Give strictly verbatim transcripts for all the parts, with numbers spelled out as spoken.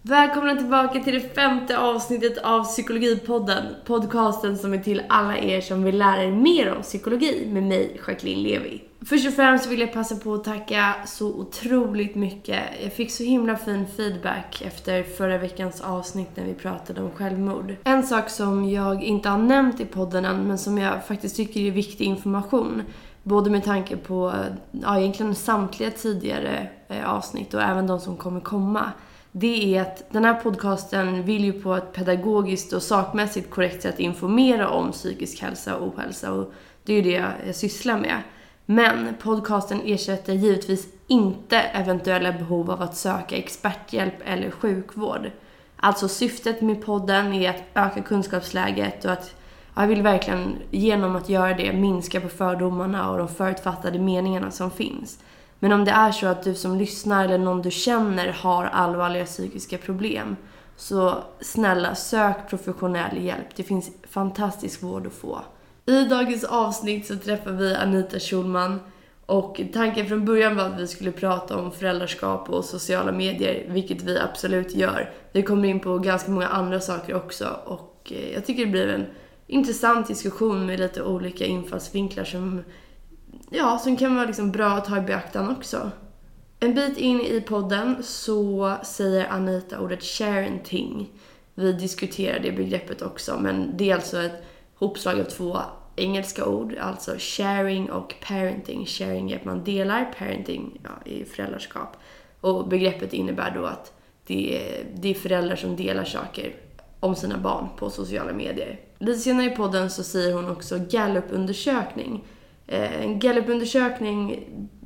Välkomna tillbaka till det femte avsnittet av Psykologipodden. Podcasten som är till alla er som vill lära er mer om psykologi med mig, Jacqueline Levi. Först och främst vill jag passa på att tacka så otroligt mycket. Jag fick så himla fin feedback efter förra veckans avsnitt när vi pratade om självmord. En sak som jag inte har nämnt i podden än, men som jag faktiskt tycker är viktig information, både med tanke på ja, egentligen samtliga tidigare eh, avsnitt och även de som kommer komma. Det är att den här podcasten vill ju på ett pedagogiskt och sakmässigt korrekt sätt informera om psykisk hälsa och ohälsa. Och det är ju det jag sysslar med. Men podcasten ersätter givetvis inte eventuella behov av att söka experthjälp eller sjukvård. Alltså syftet med podden är att öka kunskapsläget och att jag vill verkligen genom att göra det minska på fördomarna och de förutfattade meningarna som finns. Men om det är så att du som lyssnar eller någon du känner har allvarliga psykiska problem, så snälla sök professionell hjälp. Det finns fantastisk vård att få. I dagens avsnitt så träffar vi Anita Schulman och tanken från början var att vi skulle prata om föräldraskap och sociala medier, vilket vi absolut gör. Vi kommer in på ganska många andra saker också och jag tycker det blir en intressant diskussion med lite olika infallsvinklar som Ja, som kan vara liksom bra att ta i beaktan också. En bit in i podden så säger Anita ordet sharing. Vi diskuterar det begreppet också, men det är alltså ett hopslag av två engelska ord, alltså sharing och parenting. Sharing är att man delar, parenting ja, i föräldraskap. Och begreppet innebär då att det är, det är föräldrar som delar saker om sina barn på sociala medier. Lite senare i podden så säger hon också Gallup-undersökning. En Gallup-undersökning,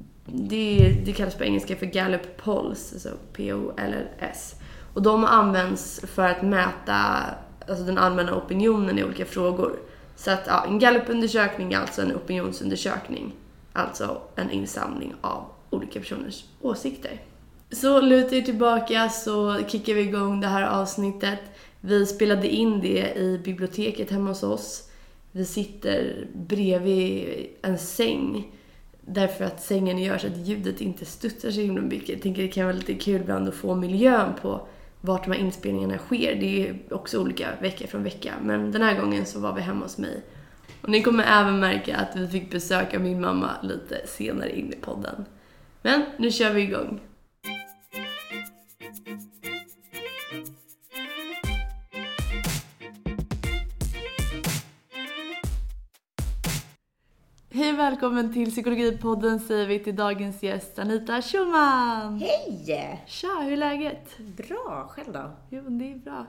det, det kallas på engelska för Gallup Polls, alltså P O L L S. Och de används för att mäta alltså den allmänna opinionen i olika frågor. Så att ja, en Gallup-undersökning är alltså en opinionsundersökning. Alltså en insamling av olika personers åsikter. Så luta er tillbaka så kickar vi igång det här avsnittet. Vi spelade in det i biblioteket hemma hos oss. Vi sitter bredvid en säng därför att sängen gör så att ljudet inte stuttar sig himla mycket. Jag tänker det kan vara lite kul ibland att få miljön på vart de här inspelningarna sker. Det är också olika vecka från vecka. Men den här gången så var vi hemma hos mig. Och ni kommer även märka att vi fick besöka min mamma lite senare in i podden. Men nu kör vi igång. Hej, välkommen till Psykologipodden säger vi till dagens gäst Anita Schulman. Hej! Tja, hur är läget? Bra, själv då? Jo, det är bra.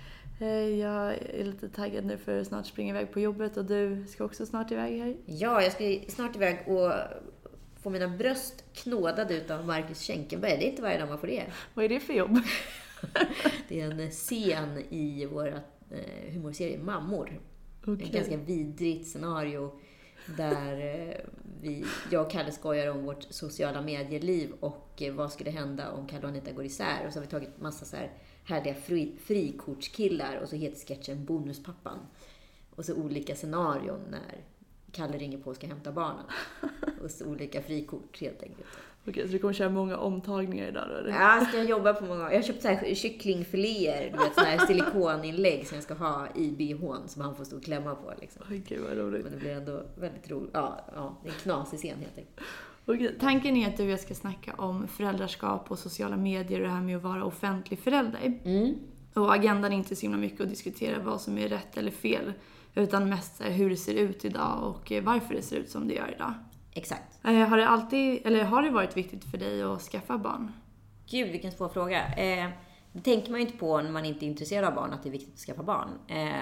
Jag är lite taggad nu för att snart springa iväg på jobbet och du ska också snart iväg här. Ja, jag ska snart iväg och få mina bröst knådade ut av Marcus Schenkenberg. Det är inte varje dag man får det. Vad är det för jobb? Det är en scen i våra eh, humorserie Mammor. Okay. Ett ganska vidrigt scenario där vi, jag och Kalle skojar om vårt sociala medieliv och vad skulle hända om Kalle och Anita går isär. Och så har vi tagit massa så här härliga fri, frikortskillar och så heter sketchen Bonuspappan. Och så olika scenarion när Kalle ringer på och ska hämta barnen. Och så olika frikort helt enkelt. Okej, så du kommer köra många omtagningar idag då? Eller? Ja, ska jag jobba på många. Jag har köpt så här kycklingfiléer, du vet, såna här silikoninlägg som jag ska ha i B H:n som han får stå och klämma på liksom. Oj, gud vad roligt. Men det blir ändå väldigt roligt. Ja, ja, det är en knasig scen helt enkelt. Okej, tanken är att du och jag ska snacka om föräldraskap och sociala medier och det här med att vara offentlig förälder. Mm. Och agendan är inte så himla mycket att diskutera vad som är rätt eller fel, utan mest hur det ser ut idag och varför det ser ut som det gör idag. Exakt. Har det alltid, eller har det varit viktigt för dig att skaffa barn? Gud, vilken svår fråga. Eh, det tänker man ju inte på när man inte är intresserad av barn, att det är viktigt att skaffa barn. Eh,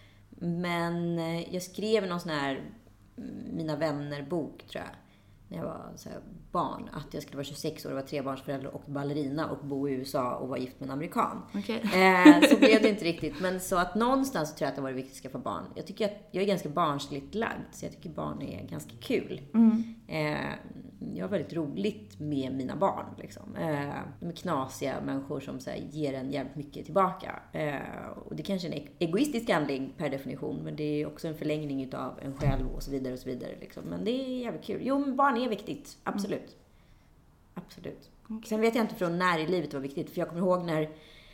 men jag skrev någon sån här Mina vänner-bok, tror jag, när jag var så här barn. Att jag skulle vara tjugosex år och vara trebarnsförälder och ballerina och bo i U S A och vara gift med en amerikan. Okay. Eh, så blev det inte riktigt. Men så att någonstans så tror jag att det var viktigt att skaffa barn. Jag tycker att jag är ganska barnsligt lagd. Så jag tycker barn är ganska kul. Mm. Eh, jag har väldigt roligt med mina barn. Liksom. Eh, de är knasiga människor som så här, ger en jävligt mycket tillbaka. Eh, och det kanske är en egoistisk handling per definition. Men det är också en förlängning av en själv och så vidare. Och så vidare liksom. Men det är jävligt kul. Jo, men barn är viktigt. Absolut. Mm. Absolut. Okay. Sen vet jag inte från när i livet var viktigt. För jag kommer ihåg när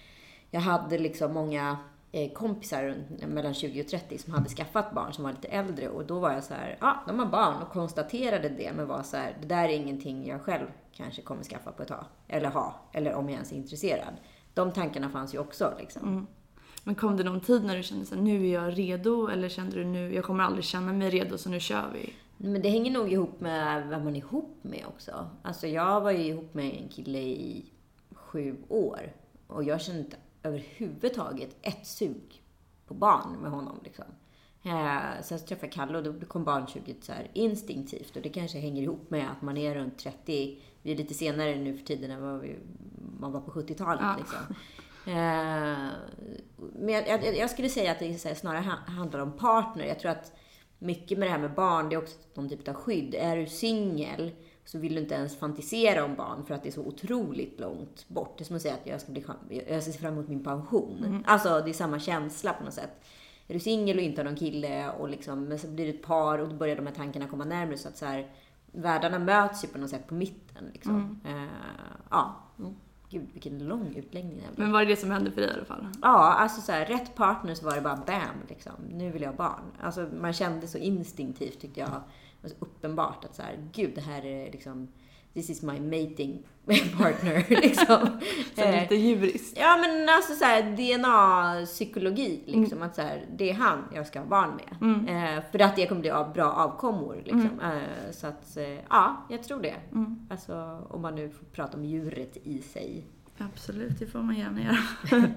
jag hade liksom många eh, kompisar mellan tjugo och trettio som hade skaffat barn som var lite äldre. Och då var jag så här, ja, de har barn, och konstaterade det, men var så här, det där är ingenting jag själv kanske kommer skaffa på ett tag. Eller ha, eller om jag ens är intresserad. De tankarna fanns ju också liksom. Mm. Men kom det någon tid när du kände så här, nu är jag redo? Eller kände du nu, jag kommer aldrig känna mig redo, så nu kör vi? Men det hänger nog ihop med vem man är ihop med också. Alltså jag var ju ihop med en kille i sju år. Och jag kände inte överhuvudtaget ett sug på barn med honom liksom. Eh, sen så träffade jag Kalle och då kom barnsuget så här instinktivt. Och det kanske hänger ihop med att man är runt trettio. Vi är lite senare nu för tiden än vad vi, man var på sjuttiotalet ja. liksom. Eh, men jag, jag, jag skulle säga att det så här, snarare handlar om partner. Jag tror att mycket med det här med barn, det är också någon typ av skydd. Är du singel så vill du inte ens fantisera om barn för att det är så otroligt långt bort. Det är som att säga att jag ska, bli, jag ska se fram emot min pension. Mm. Alltså det är samma känsla på något sätt. Är du singel och inte har någon kille och liksom, men så blir det ett par och då börjar de här tankarna komma närmare, så att så här, världarna möts ju på något sätt på mitten liksom. Mm. Uh, ja. Mm. Gud, vilken lång utläggning. Men var det det som hände för dig i alla fall? Ja, alltså så här, rätt partner så var det bara bam liksom. Nu vill jag ha barn. Alltså man kände så instinktivt, tyckte jag. Alltså, uppenbart att så här, gud, det här är liksom, this is my mating partner liksom. Så lite djuriskt. Ja, men alltså så här, D N A-psykologi liksom. Mm. Att så här, det är han jag ska ha barn med. Mm. Eh, för att det kommer bli av bra avkommor liksom. Mm. Eh, så att, eh, ja, jag tror det. Mm. Alltså, om man nu får prata om djuret i sig. Absolut, det får man gärna göra.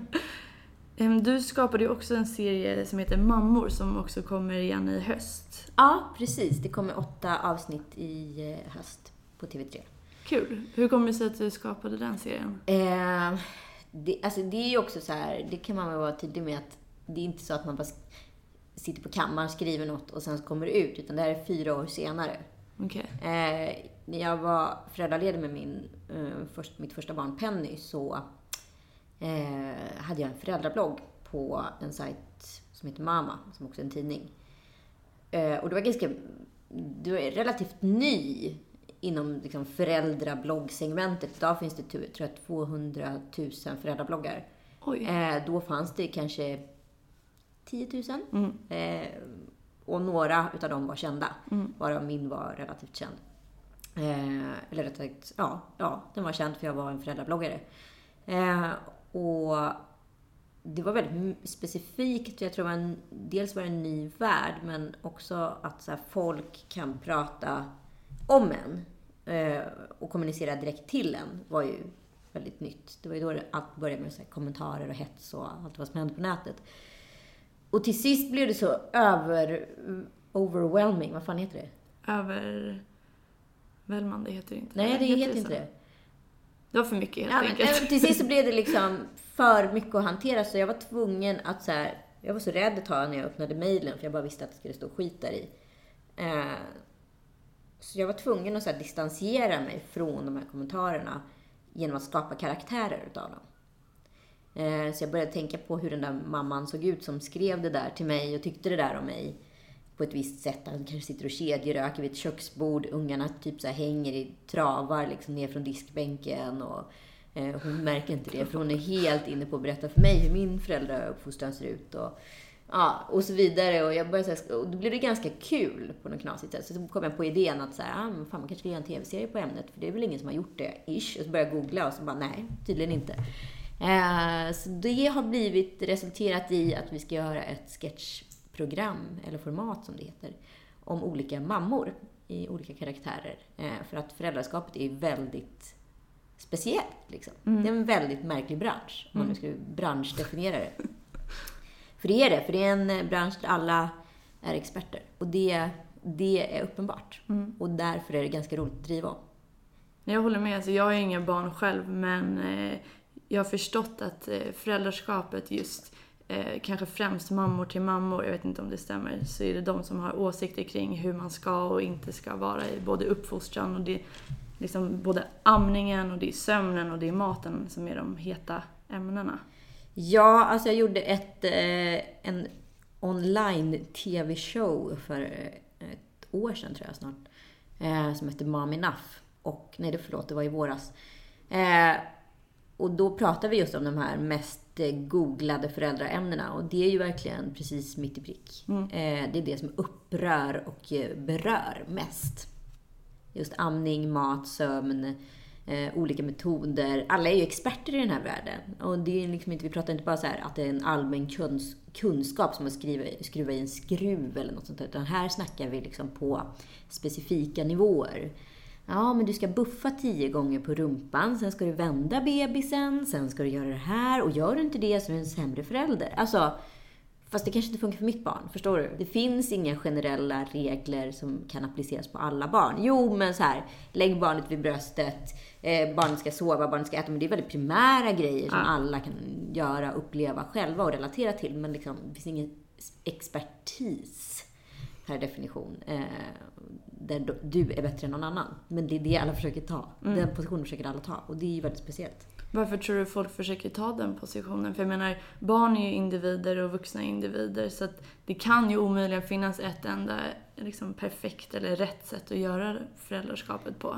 Du skapade ju också en serie som heter Mammor, som också kommer igen i höst. Ja, precis. Det kommer åtta avsnitt i höst på T V tre. Kul. Hur kommer det sig att du skapade den serien? Eh, det, alltså det är ju också så här, det kan man väl vara tydlig med, att det är inte så att man bara sitter på kammaren, skriver något och sen så kommer det ut, utan det här är fyra år senare. Okay. Eh, när jag var föräldraledig med min, eh, först, mitt första barn Penny, så eh, hade jag en föräldrablogg på en sajt som heter Mama, som också är en tidning. Eh, och det var ganska, det var relativt ny inom liksom föräldrabloggsegmentet. Idag finns det, tror jag, tvåhundratusen föräldrabloggar. Oj. Eh, då fanns det kanske tiotusen. Mm. Eh, och några utav dem var kända. Mm. Varav min var relativt känd. Eh, eller rätt sagt, ja, ja, den var känd för jag var en föräldrabloggare. Eh, och det var väldigt specifikt. Jag tror det var en, dels var det en ny värld, men också att så här, folk kan prata om en eh, och kommunicera direkt till en var ju väldigt nytt. Det var ju då det, allt började med så här, kommentarer och hets och allt vad som hände på nätet. Och till sist blev det så över overwhelming, vad fan heter det? Övervälmande heter det inte. Nej, det heter, heter inte det. Det var för mycket helt ja, enkelt. Men, till sist så blev det liksom för mycket att hantera, så jag var tvungen att så här, jag var så rädd ett tag när jag öppnade mejlen, för jag bara visste att det skulle stå skit där i. Eh, så jag var tvungen att så här, distansera mig från de här kommentarerna genom att skapa karaktärer utav dem. Eh, så jag började tänka på hur den där mamman såg ut som skrev det där till mig och tyckte det där om mig på ett visst sätt. Han kanske sitter och kedjeröker vid ett köksbord. Ungarna typ så här hänger i travar liksom ner från diskbänken. Och eh, hon märker inte det, för hon är helt inne på att berätta för mig hur min föräldrauppfostran ser ut. Och, ja, och så vidare. Och, jag började, så här, och då blev det ganska kul på något knasigt sätt. Så kom jag på idén att så här, ah, men fan, man kanske ska göra en tv-serie på ämnet. För det är väl ingen som har gjort det, ish. Och så började jag googla och så bara, nej, tydligen inte. Eh, så det har blivit resulterat i att vi ska göra ett sketchprogram, eller format som det heter, om olika mammor i olika karaktärer. Eh, för att föräldraskapet är väldigt speciellt. Liksom. Mm. Det är en väldigt märklig bransch, om man nu skulle branschdefiniera det. För det är det, för det är en bransch där alla är experter. Och det, det är uppenbart. Mm. Och därför är det ganska roligt att driva om. Jag håller med, alltså jag har inga barn själv, men eh, jag har förstått att eh, föräldraskapet just, eh, kanske främst mammor till mammor, jag vet inte om det stämmer, så är det de som har åsikter kring hur man ska och inte ska vara i både uppfostran och det, liksom både amningen och det är sömnen och det är maten som är de heta ämnena. Ja, alltså jag gjorde ett, eh, en online-tv-show för ett år sedan tror jag snart, eh, som hette Mom Enough. Och, nej det förlåt, det var i våras. Eh, och då pratade vi just om de här mest googlade föräldraämnena. Och det är ju verkligen precis mitt i prick. Mm. Det är det som upprör och berör mest. Just amning, mat, sömn, olika metoder. Alla är ju experter i den här världen. Och det är liksom inte, vi pratar inte bara så här att det är en allmän kunsk- kunskap som att skriva, skruva i en skruv eller något sånt där. Utan här snackar vi liksom på specifika nivåer. Ja, men du ska buffa tio gånger på rumpan. Sen ska du vända bebisen. Sen ska du göra det här. Och gör du inte det så är du en sämre förälder. Alltså, fast det kanske inte funkar för mitt barn. Förstår du? Det finns inga generella regler som kan appliceras på alla barn. Jo, men så här. Lägg barnet vid bröstet. Eh, barnet ska sova, barnet ska äta. Men det är väldigt primära grejer som ja. alla kan göra, uppleva själva och relatera till. Men liksom, det finns ingen expertis per definition. Eh, där du är bättre än någon annan. Men det är det alla försöker ta. Mm. Den positionen försöker alla ta. Och det är ju väldigt speciellt. Varför tror du folk försöker ta den positionen? För jag menar, barn är ju individer och vuxna individer. Så att det kan ju omöjligen finnas ett enda liksom, perfekt eller rätt sätt att göra föräldraskapet på.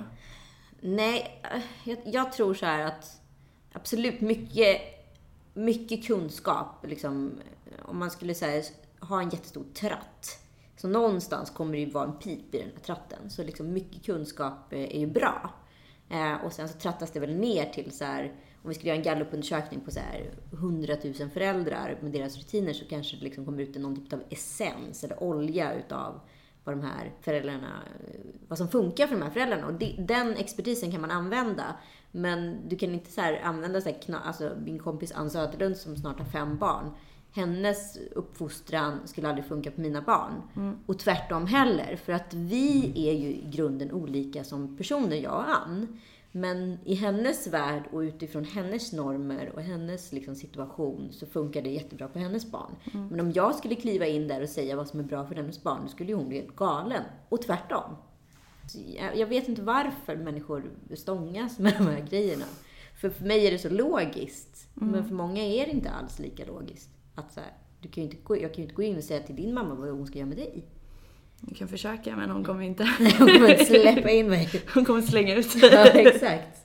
Nej, jag, jag tror så här att absolut mycket, mycket kunskap. Liksom, om man skulle säga, ha en jättestor tratt. Så någonstans kommer det ju vara en pip i den här tratten. Så liksom mycket kunskap är ju bra. Eh, och sen så trattas det väl ner till så här, om vi skulle göra en gallupundersökning på så här hundratusen föräldrar med deras rutiner, så kanske det liksom kommer ut någon typ av essens eller olja utav vad de här föräldrarna, vad som funkar för de här föräldrarna. Och det, den expertisen kan man använda. Men du kan inte så här använda så här, alltså min kompis Ann Söderlund som snart har fem barn. Hennes uppfostran skulle aldrig funka på mina barn. Mm. Och tvärtom heller. För att vi är ju i grunden olika som personer, jag och Ann. Men i hennes värld och utifrån hennes normer och hennes liksom, situation så funkar det jättebra på hennes barn. Mm. Men om jag skulle kliva in där och säga vad som är bra för hennes barn, då skulle hon bli helt galen. Och tvärtom. Jag, jag vet inte varför människor stångas med de här grejerna. För, för mig är det så logiskt. Mm. Men för många är det inte alls lika logiskt. Att så här, du kan ju inte gå, jag kan ju inte gå in och säga till din mamma vad hon ska göra med dig. Jag kan försöka, men hon kommer inte... hon kommer inte släppa in mig. Hon kommer slänga ut. Ja, exakt.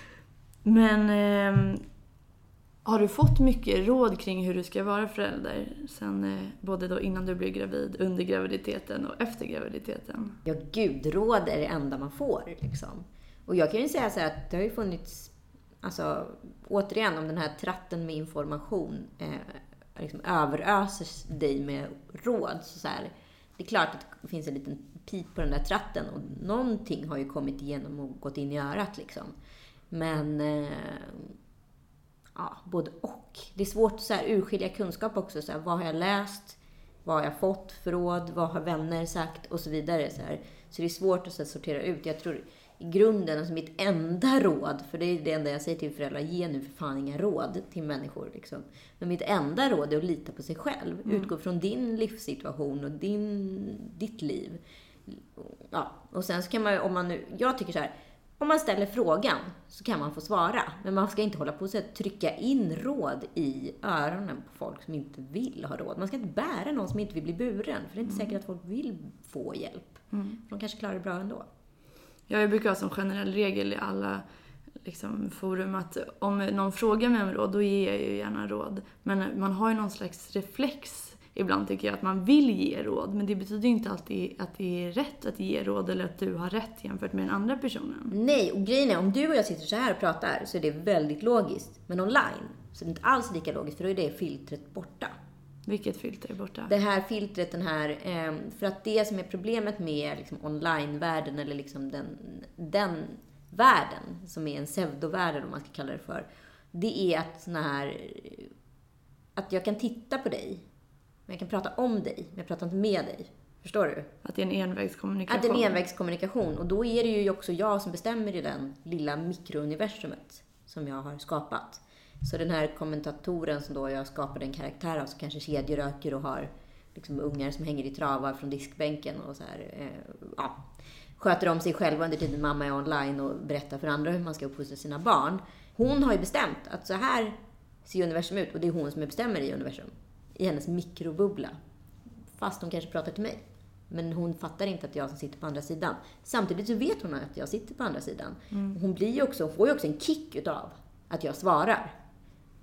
Men eh, har du fått mycket råd kring hur du ska vara förälder? Sen, eh, både då innan du blir gravid, under graviditeten och efter graviditeten? Ja, gud, råd är det enda man får. Liksom. Och jag kan ju säga så här att det har ju funnits... Alltså, återigen, om den här tratten med information... Eh, liksom överöser dig med råd så, så här, det är klart att det finns en liten pip på den där tratten och någonting har ju kommit igenom och gått in i örat liksom. Men eh, ja, både och. Det är svårt att så här, urskilja kunskap också. Så här, vad har jag läst? Vad har jag fått för råd? Vad har vänner sagt? Och så vidare. Så, här. Så det är svårt att så här, sortera ut. Jag tror i grunden, alltså mitt enda råd, för det är det enda jag säger till föräldrar, ge nu för fan inga råd till människor. Liksom. Men mitt enda råd är att lita på sig själv. Mm. Utgå från din livssituation och din, ditt liv. Ja, och sen så kan man, om man nu, jag tycker så här, om man ställer frågan så kan man få svara. Men man ska inte hålla på att trycka in råd i öronen på folk som inte vill ha råd. Man ska inte bära någon som inte vill bli buren. För det är inte mm. säkert att folk vill få hjälp. Mm. De kanske klarar det bra ändå. Jag brukar ha som generell regel i alla liksom, forum att om någon frågar mig om råd, då ger jag ju gärna råd. Men man har ju någon slags reflex ibland, tycker jag, att man vill ge råd. Men det betyder ju inte alltid att det är rätt att ge råd eller att du har rätt jämfört med den andra personen. Nej, och grejen är, om du och jag sitter så här och pratar så är det väldigt logiskt. Men online så är det inte alls lika logiskt, för då är det filtret borta. Vilket filter är borta? Det här filtret, den här... För att det som är problemet med liksom online-världen, eller liksom den, den världen som är en pseudovärld, eller vad man ska kalla det för, det är att såna här... Att jag kan titta på dig, men jag kan prata om dig, men jag pratar inte med dig. Förstår du? Att det är en envägskommunikation. Att det är en envägskommunikation. Och då är det ju också jag som bestämmer i den lilla mikrouniversumet som jag har skapat. Så den här kommentatoren som då jag skapade en karaktär av, så kanske kedjeröker och har liksom ungar som hänger i travar från diskbänken och så här, eh, ja, sköter om sig själva under tiden mamma är online och berättar för andra hur man ska uppfostra sina barn. Hon har ju bestämt att så här ser universum ut, och det är hon som bestämmer i universum. I hennes mikrobubbla. Fast hon kanske pratar till mig. Men hon fattar inte att jag som sitter på andra sidan. Samtidigt så vet hon att jag sitter på andra sidan. Mm. Hon blir ju också, får ju också en kick utav att jag svarar.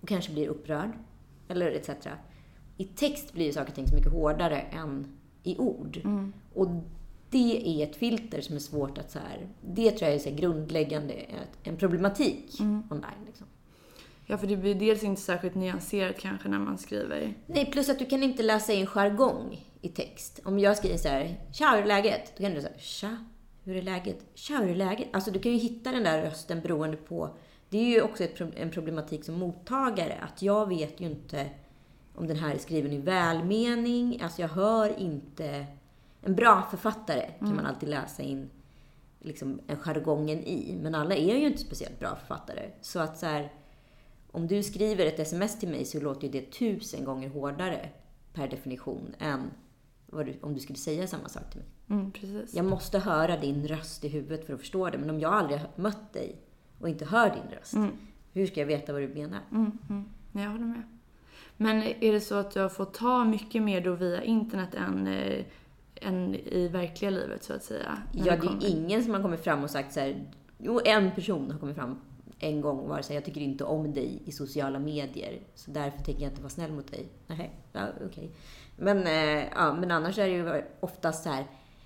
och kanske blir upprörd eller et cetera. I text blir ju saker och ting så mycket hårdare än i ord. Mm. Och det är ett filter som är svårt att så här, det tror jag är så här grundläggande en problematik mm. online liksom. Ja, för det blir dels inte särskilt nyanserat kanske när man skriver. Nej, plus att du kan inte läsa in jargong i text. Om jag skriver så här, tja, hur är läget? Då kan du säga, tja, hur är läget? Tja, hur är läget? Alltså du kan ju hitta den där rösten beroende på. Det är ju också ett, en problematik som mottagare. Att jag vet ju inte om den här är skriven i välmening. Alltså jag hör inte. En bra författare kan mm. man alltid läsa in liksom en jargongen i. Men alla är ju inte speciellt bra författare. Så att så här, om du skriver ett sms till mig så låter ju det tusen gånger hårdare per definition än vad du, om du skulle säga samma sak till mig. Mm, precis. Jag måste höra din röst i huvudet för att förstå det. Men om jag aldrig har mött dig och inte hör din röst, mm. hur ska jag veta vad du menar? Mm, mm. Jag håller med. Men är det så att du har fått ta mycket mer då via internet än, eh, än i verkliga livet så att säga? Ja, det är ingen som har kommit fram och sagt så här. Jo, en person har kommit fram en gång och var så här, jag tycker inte om dig i sociala medier. Så därför tänker jag inte vara snäll mot dig. Nej, ja, okej. Okay. Men, eh, ja, men annars är det ju oftast så här.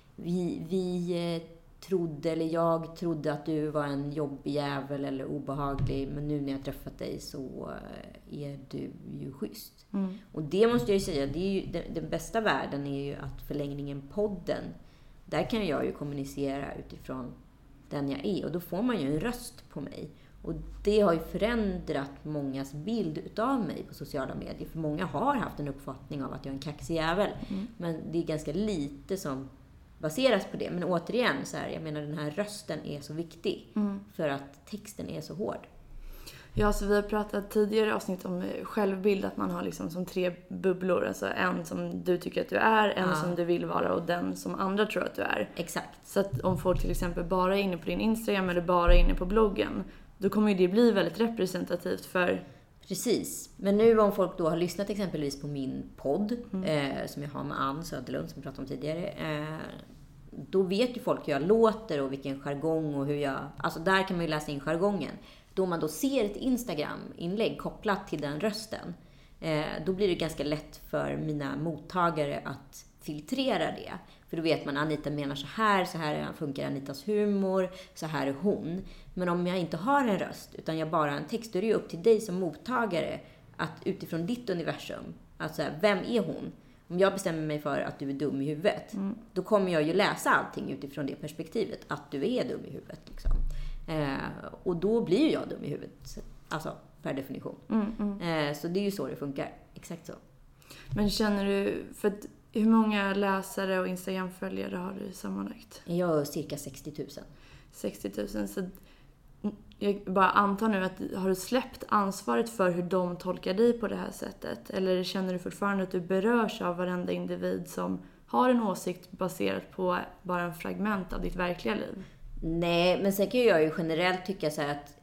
Vi, vi eh, trodde, eller jag trodde att du var en jobbig jävel eller obehaglig. Men nu när jag träffat dig så eh, är du ju schysst. Mm. Och det måste jag ju säga, det är ju, den, den bästa världen är ju att förlängningen podden. Där kan jag ju kommunicera utifrån den jag är. Och då får man ju en röst på mig. Och det har ju förändrat mångas bild utav mig på sociala medier. För många har haft en uppfattning av att jag är en kaxig jävel. Mm. Men det är ganska lite som baseras på det. Men återigen, så här, jag menar den här rösten är så viktig. Mm. För att texten är så hård. Ja, så vi har pratat tidigare avsnitt om självbild. Att man har liksom som tre bubblor. Alltså en som du tycker att du är, en ja. som du vill vara och den som andra tror att du är. Exakt. Så att om folk till exempel bara är inne på din Instagram eller bara är inne på bloggen, då kommer det bli väldigt representativt för... Precis. Men nu om folk då har lyssnat exempelvis på min podd mm. eh, som jag har med Ann Söderlund som vi pratade om tidigare. Eh, då vet ju folk hur jag låter och vilken jargong och hur jag... Alltså där kan man ju läsa in jargongen. Då man då ser ett Instagram-inlägg kopplat till den rösten, eh, då blir det ganska lätt för mina mottagare att filtrera det. För då vet man att Anita menar så här, så här funkar Anitas humor, så här är hon. Men om jag inte har en röst, utan jag bara har en text, då är det ju upp till dig som mottagare att utifrån ditt universum, alltså vem är hon? Om jag bestämmer mig för att du är dum i huvudet, mm. då kommer jag ju läsa allting utifrån det perspektivet, att du är dum i huvudet. Liksom. Eh, och då blir ju jag dum i huvudet, alltså per definition. Mm, mm. Eh, så det är ju så det funkar, exakt så. Men känner du, för att hur många läsare och Instagram-följare har du sammanlagt? Jag har cirka sextio tusen. sextio tusen, så jag bara antar nu att har du släppt ansvaret för hur de tolkar dig på det här sättet? Eller känner du fortfarande att du berörs av varenda individ som har en åsikt baserat på bara en fragment av ditt verkliga liv? Nej, men sen kan jag ju generellt tycka så här att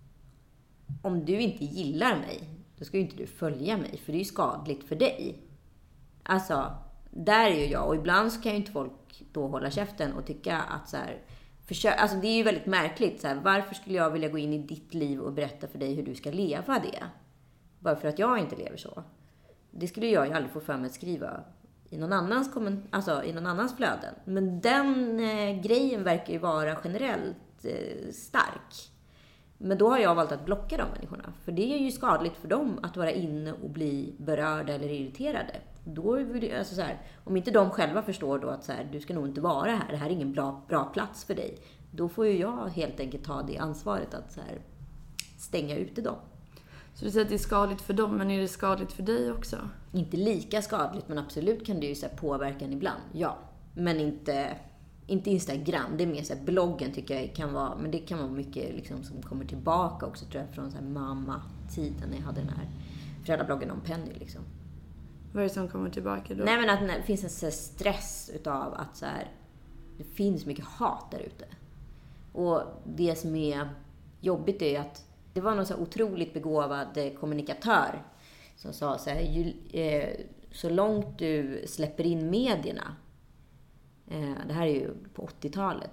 om du inte gillar mig, då ska ju inte du följa mig, för det är ju skadligt för dig. Alltså, där är ju jag, och ibland så kan ju inte folk då hålla käften och tycka att så här, försök, alltså det är ju väldigt märkligt så här, varför skulle jag vilja gå in i ditt liv och berätta för dig hur du ska leva det? Bara för att jag inte lever så. Det skulle jag ju aldrig få för mig att skriva i någon annans komment- alltså i någon annans flöden. Men den eh, grejen verkar ju vara generellt eh, stark. Men då har jag valt att blocka de människorna. För det är ju skadligt för dem att vara inne och bli berörda eller irriterade. Då är det, alltså så här, om inte de själva förstår då att så här, du ska nog inte vara här, det här är ingen bra, bra plats för dig. Då får ju jag helt enkelt ta det ansvaret att så här, stänga ute dem. Så du säger att det är skadligt för dem, men är det skadligt för dig också? Inte lika skadligt, men absolut kan det ju så här, påverka en ibland, ja. Men inte... Inte Instagram, det är mer så här, bloggen tycker jag kan vara, men det kan vara mycket liksom, som kommer tillbaka också tror jag från så här, mamma-tiden när jag hade den här föräldrabloggen om Penny liksom. Vad är det som kommer tillbaka då? Nej, men att det finns en så här, stress utav att så här, det finns mycket hat där ute. Och det som är jobbigt är att det var någon så här otroligt begåvad kommunikatör som sa så här, ju, eh, så långt du släpper in medierna, det här är ju på åttiotalet.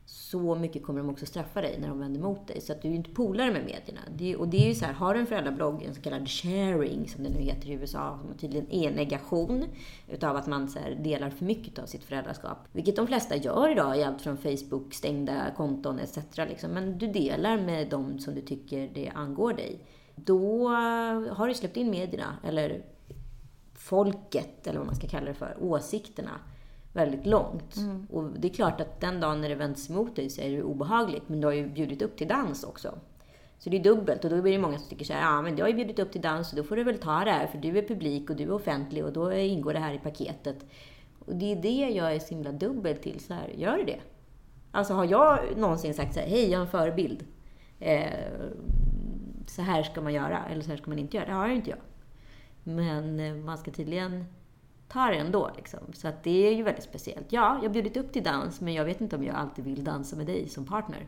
så mycket kommer de också straffa dig när de vänder mot dig. Så att du är ju inte polare med medierna. Det, och det är ju så här, har du en föräldrablogg, en så kallad sharing som det nu heter i U S A, som tydligen är negation utav att man så här delar för mycket av sitt föräldraskap. Vilket de flesta gör idag i allt från Facebook, stängda konton et cetera. Liksom. Men du delar med dem som du tycker det angår dig. Då har du släppt in medierna, eller folket, eller vad man ska kalla det för, åsikterna, väldigt långt. Mm. Och det är klart att den dagen när det vänds emot dig så är det obehagligt. Men du har ju bjudit upp till dans också. Så det är dubbelt. Och då blir det många som tycker så här, ja men du har ju bjudit upp till dans och då får du väl ta det här. För du är publik och du är offentlig och då ingår det här i paketet. Och det är det jag är så himla dubbelt till. Så här, gör du det? Alltså har jag någonsin sagt så här, hej jag har en förebild. Eh, så här ska man göra. Eller så här ska man inte göra. Det har ju inte jag. Men man ska tydligen ta det ändå liksom. Så att det är ju väldigt speciellt. Ja, jag har bjudit upp till dans, men jag vet inte om jag alltid vill dansa med dig som partner.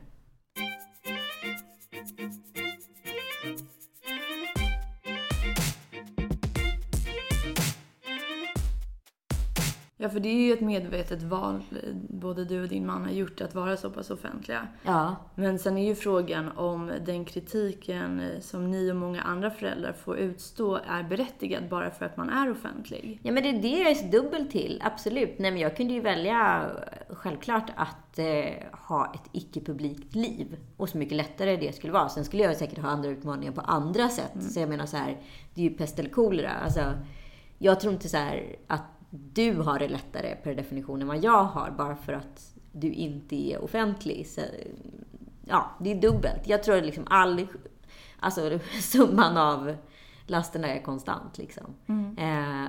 Ja, för det är ju ett medvetet val både du och din man har gjort att vara så pass offentliga. Ja. Men sen är ju frågan om den kritiken som ni och många andra föräldrar får utstå är berättigad bara för att man är offentlig. Ja, men det är det jag är så dubbel till. Absolut. Nej, men jag kunde ju välja självklart att eh, ha ett icke-publikt liv. Och så mycket lättare det skulle vara. Sen skulle jag säkert ha andra utmaningar på andra sätt. Mm. Så jag menar så här, det är ju pest eller kolera. Alltså, jag tror inte så här att du har det lättare per definition än vad jag har, bara för att du inte är offentlig. Så, ja, det är dubbelt. Jag tror liksom all, alltså summan av lasterna är konstant liksom. Mm. Eh,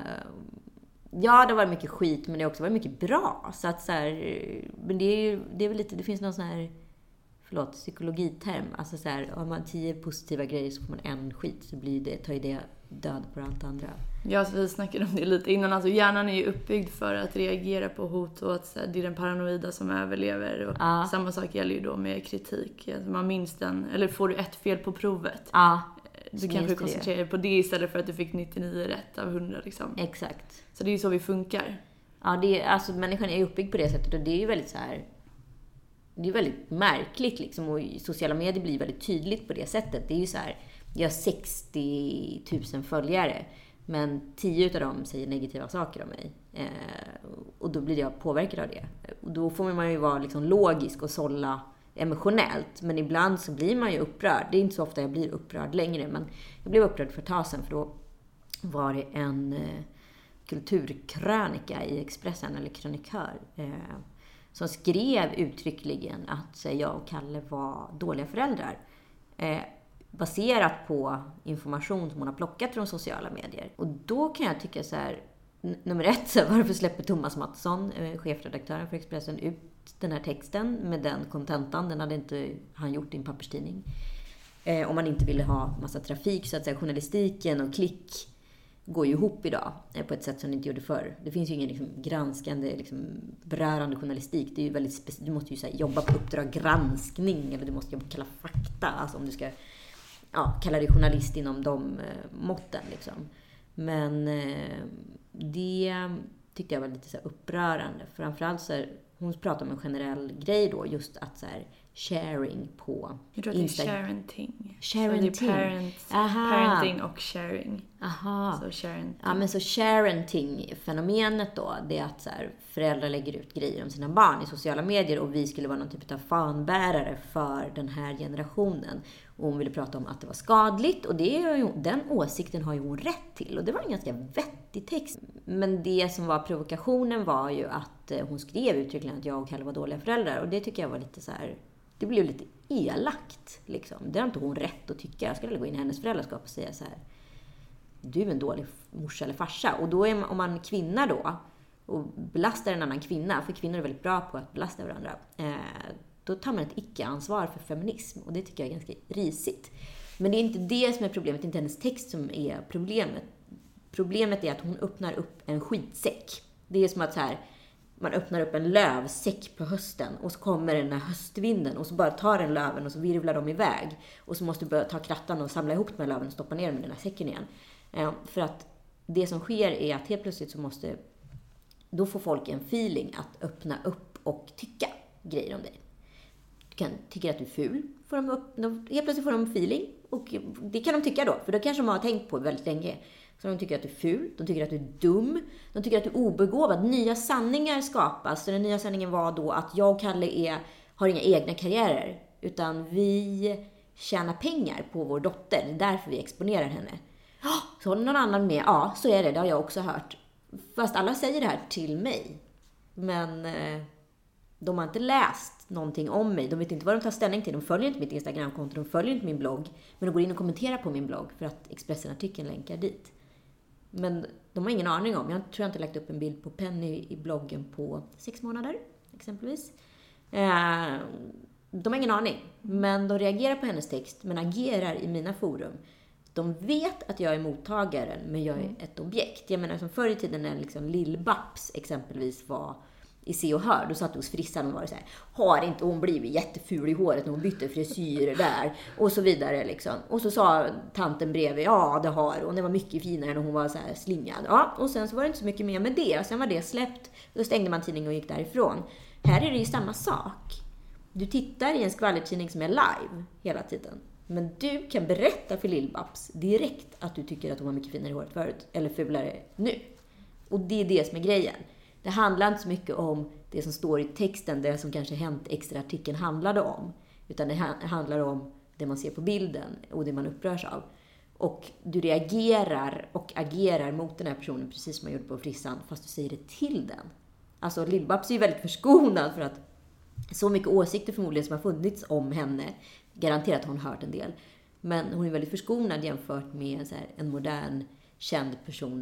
ja, det var mycket skit, men det har också varit mycket bra. Så att så här, men det är ju, det är väl lite, det finns någon sån här, förlåt, psykologiterm. Alltså så här, har man tio positiva grejer så får man en skit, så blir det, tar ju det död på allt andra. Ja, så vi snackade om det lite innan. Alltså hjärnan är ju uppbyggd för att reagera på hot och att så här, det är den paranoida som överlever. Och ja. Samma sak gäller ju då med kritik. Alltså man minns den, eller får du ett fel på provet. Ja. Du kanske koncentrerar dig på det istället för att du fick nittionio rätt av hundra liksom. Exakt. Så det är ju så vi funkar. Ja, det är, alltså människan är uppbyggd på det sättet och det är ju väldigt så här, det är väldigt märkligt liksom, och sociala medier blir väldigt tydligt på det sättet. Det är ju så här, jag har sextio tusen följare, men tio utav dem säger negativa saker om mig. Eh, och då blir jag påverkad av det. Och då får man ju vara liksom logisk och sålla emotionellt. Men ibland så blir man ju upprörd. Det är inte så ofta jag blir upprörd längre, men jag blev upprörd för ett tag sedan, för då var det en eh, kulturkrönika i Expressen, eller krönikör, eh, som skrev uttryckligen att eh, jag och Kalle var dåliga föräldrar. Eh, baserat på information som hon har plockat från sociala medier. Och då kan jag tycka så här, n- nummer ett, så varför släpper Thomas Mattsson, eh, chefredaktören för Expressen, ut den här texten med den kontentan? Den hade inte han gjort i en papperstidning. Eh, om man inte ville ha massa trafik, så att säga, journalistiken och klick går ju ihop idag eh, på ett sätt som det inte gjorde förr. Det finns ju ingen liksom, granskande, liksom, berörande journalistik. Det är ju väldigt speci- du måste ju så här, jobba på uppdrag granskning, eller du måste jobba på Kalla fakta, alltså om du ska ja, kalla dig journalist inom de eh, måtten liksom. Men eh, det tyckte jag var lite så här upprörande. Framförallt så här, hon pratar om en generell grej då, just att så här, sharing på jag tror att Insta- det är sharenting. Sharenting. Så det är parent, parenting och sharing. Aha. Så sharenting. Ja, men så sharenting-fenomenet då, det är att så här, föräldrar lägger ut grejer om sina barn i sociala medier och vi skulle vara någon typ av fanbärare för den här generationen. Och hon ville prata om att det var skadligt, och det är ju, den åsikten har ju hon rätt till, och det var en ganska vettig text. Men det som var provokationen var ju att hon skrev uttryckligen att jag och Kalle var dåliga föräldrar, och det tycker jag var lite så här, det blev lite elakt liksom. Det har inte hon rätt att tycka. Jag skulle gå in i hennes föräldraskap och säga så här: du är en dålig morsa eller farsa. Och då är man, om man kvinna då och belastar en annan kvinna, för kvinnor är väldigt bra på att belasta varandra, eh, då tar man ett icke-ansvar för feminism, och det tycker jag är ganska risigt. Men det är inte det som är problemet, det är inte hennes text som är problemet. Problemet är att hon öppnar upp en skitsäck. Det är som att så här, man öppnar upp en lövsäck på hösten och så kommer den här höstvinden och så bara tar den löven och så virvlar de iväg. Och så måste du börja ta krattan och samla ihop med löven och stoppa ner med den här säcken igen. Eh, för att det som sker är att helt plötsligt så måste, då får folk en feeling att öppna upp och tycka grejer om dig. kan tycka att du är ful. Får de upp, de, helt plötsligt får de feeling. Och det kan de tycka då, för då kanske de har tänkt på väldigt länge. Så de tycker att du är ful, de tycker att du är dum, de tycker att du är obegåvad. Nya sanningar skapas. Så den nya sanningen var då att jag och Kalle är, har inga egna karriärer. Utan vi tjänar pengar på vår dotter. Det är därför vi exponerar henne. Så håller någon annan med? Ja, så är det. Det har jag också hört. Fast alla säger det här till mig. Men eh, de har inte läst någonting om mig. De vet inte vad de tar ställning till. De följer inte mitt Instagramkonto. De följer inte min blogg. Men de går in och kommenterar på min blogg. För att Expressen-artikeln länkar dit. Men de har ingen aning om. Jag tror jag inte lagt upp en bild på Penny i bloggen på sex månader. Exempelvis. Eh, de har ingen aning. Men de reagerar på hennes text. Men agerar i mina forum. De vet att jag är mottagaren, men jag är ett objekt. Jag menar, som förr i tiden när liksom Lill-Babs exempelvis var i Se och Hör, då satt hos frissan och var så här: har inte hon blivit jätteful i håret när hon bytte frisyr där? Och så vidare liksom. Och så sa tanten bredvid: ja, det har hon. Det var mycket finare när hon var så här slingad. Ja, och sen så var det inte så mycket mer med det. Sen var det släppt. Då stängde man tidningen och gick därifrån. Här är det ju samma sak. Du tittar i en skvallertidning som är live hela tiden. Men du kan berätta för Lill-Babs direkt att du tycker att hon var mycket finare i håret förut. Eller fulare nu. Och det är det som är grejen. Det handlar inte så mycket om det som står i texten. Det som kanske hänt extra artikeln handlade om. Utan det handlar om det man ser på bilden. Och det man upprörs av. Och du reagerar och agerar mot den här personen. Precis som man gjorde på frissan. Fast du säger det till den. Alltså Lill-Babs är ju väldigt förskonad. För att så mycket åsikter förmodligen som har funnits om henne. Garanterat har hon hört en del. Men hon är väldigt förskonad jämfört med så här, en modern känd person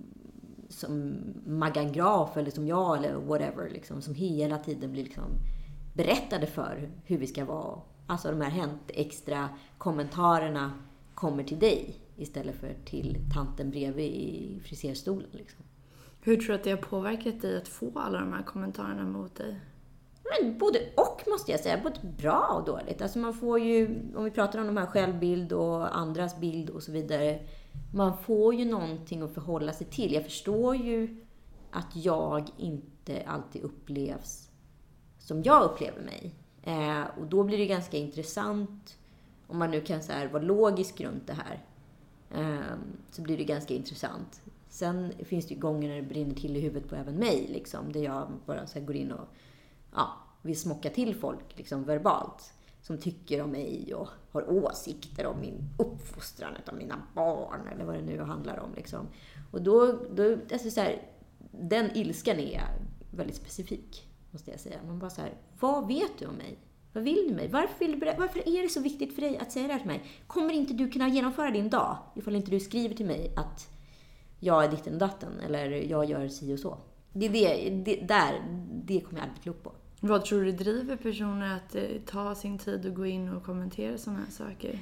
som Maggan Graf eller som jag eller whatever. Liksom, som hela tiden blir liksom berättade för hur vi ska vara. Alltså de här hänt extra kommentarerna kommer till dig istället för till tanten bredvid i friserstolen. Liksom. Hur tror du att det har påverkat dig att få alla de här kommentarerna mot dig? Men både och måste jag säga, både bra och dåligt. Alltså man får ju, om vi pratar om de här självbild och andras bild och så vidare, man får ju någonting att förhålla sig till. Jag förstår ju att jag inte alltid upplevs som jag upplever mig. Eh, och då blir det ganska intressant, om man nu kan så här vara logisk runt det här, eh, så blir det ganska intressant. Sen finns det ju gånger när det brinner till i huvudet på även mig, liksom, där jag bara så här går in och ja, vill smocka till folk liksom verbalt som tycker om mig och har åsikter om min uppfostran av mina barn eller vad det nu handlar om liksom. Och då, då alltså så här, den ilskan är väldigt specifik, måste jag säga. Man bara så här: vad vet du om mig? Vad vill du mig? Varför, vill du, varför är det så viktigt för dig att säga det här till mig? Kommer inte du kunna genomföra din dag ifall inte du skriver till mig att jag är ditten och datten eller jag gör si och så? Det är det, det där, det kommer jag aldrig bli klok på. Vad tror du driver personer att eh, ta sin tid och gå in och kommentera sådana här saker?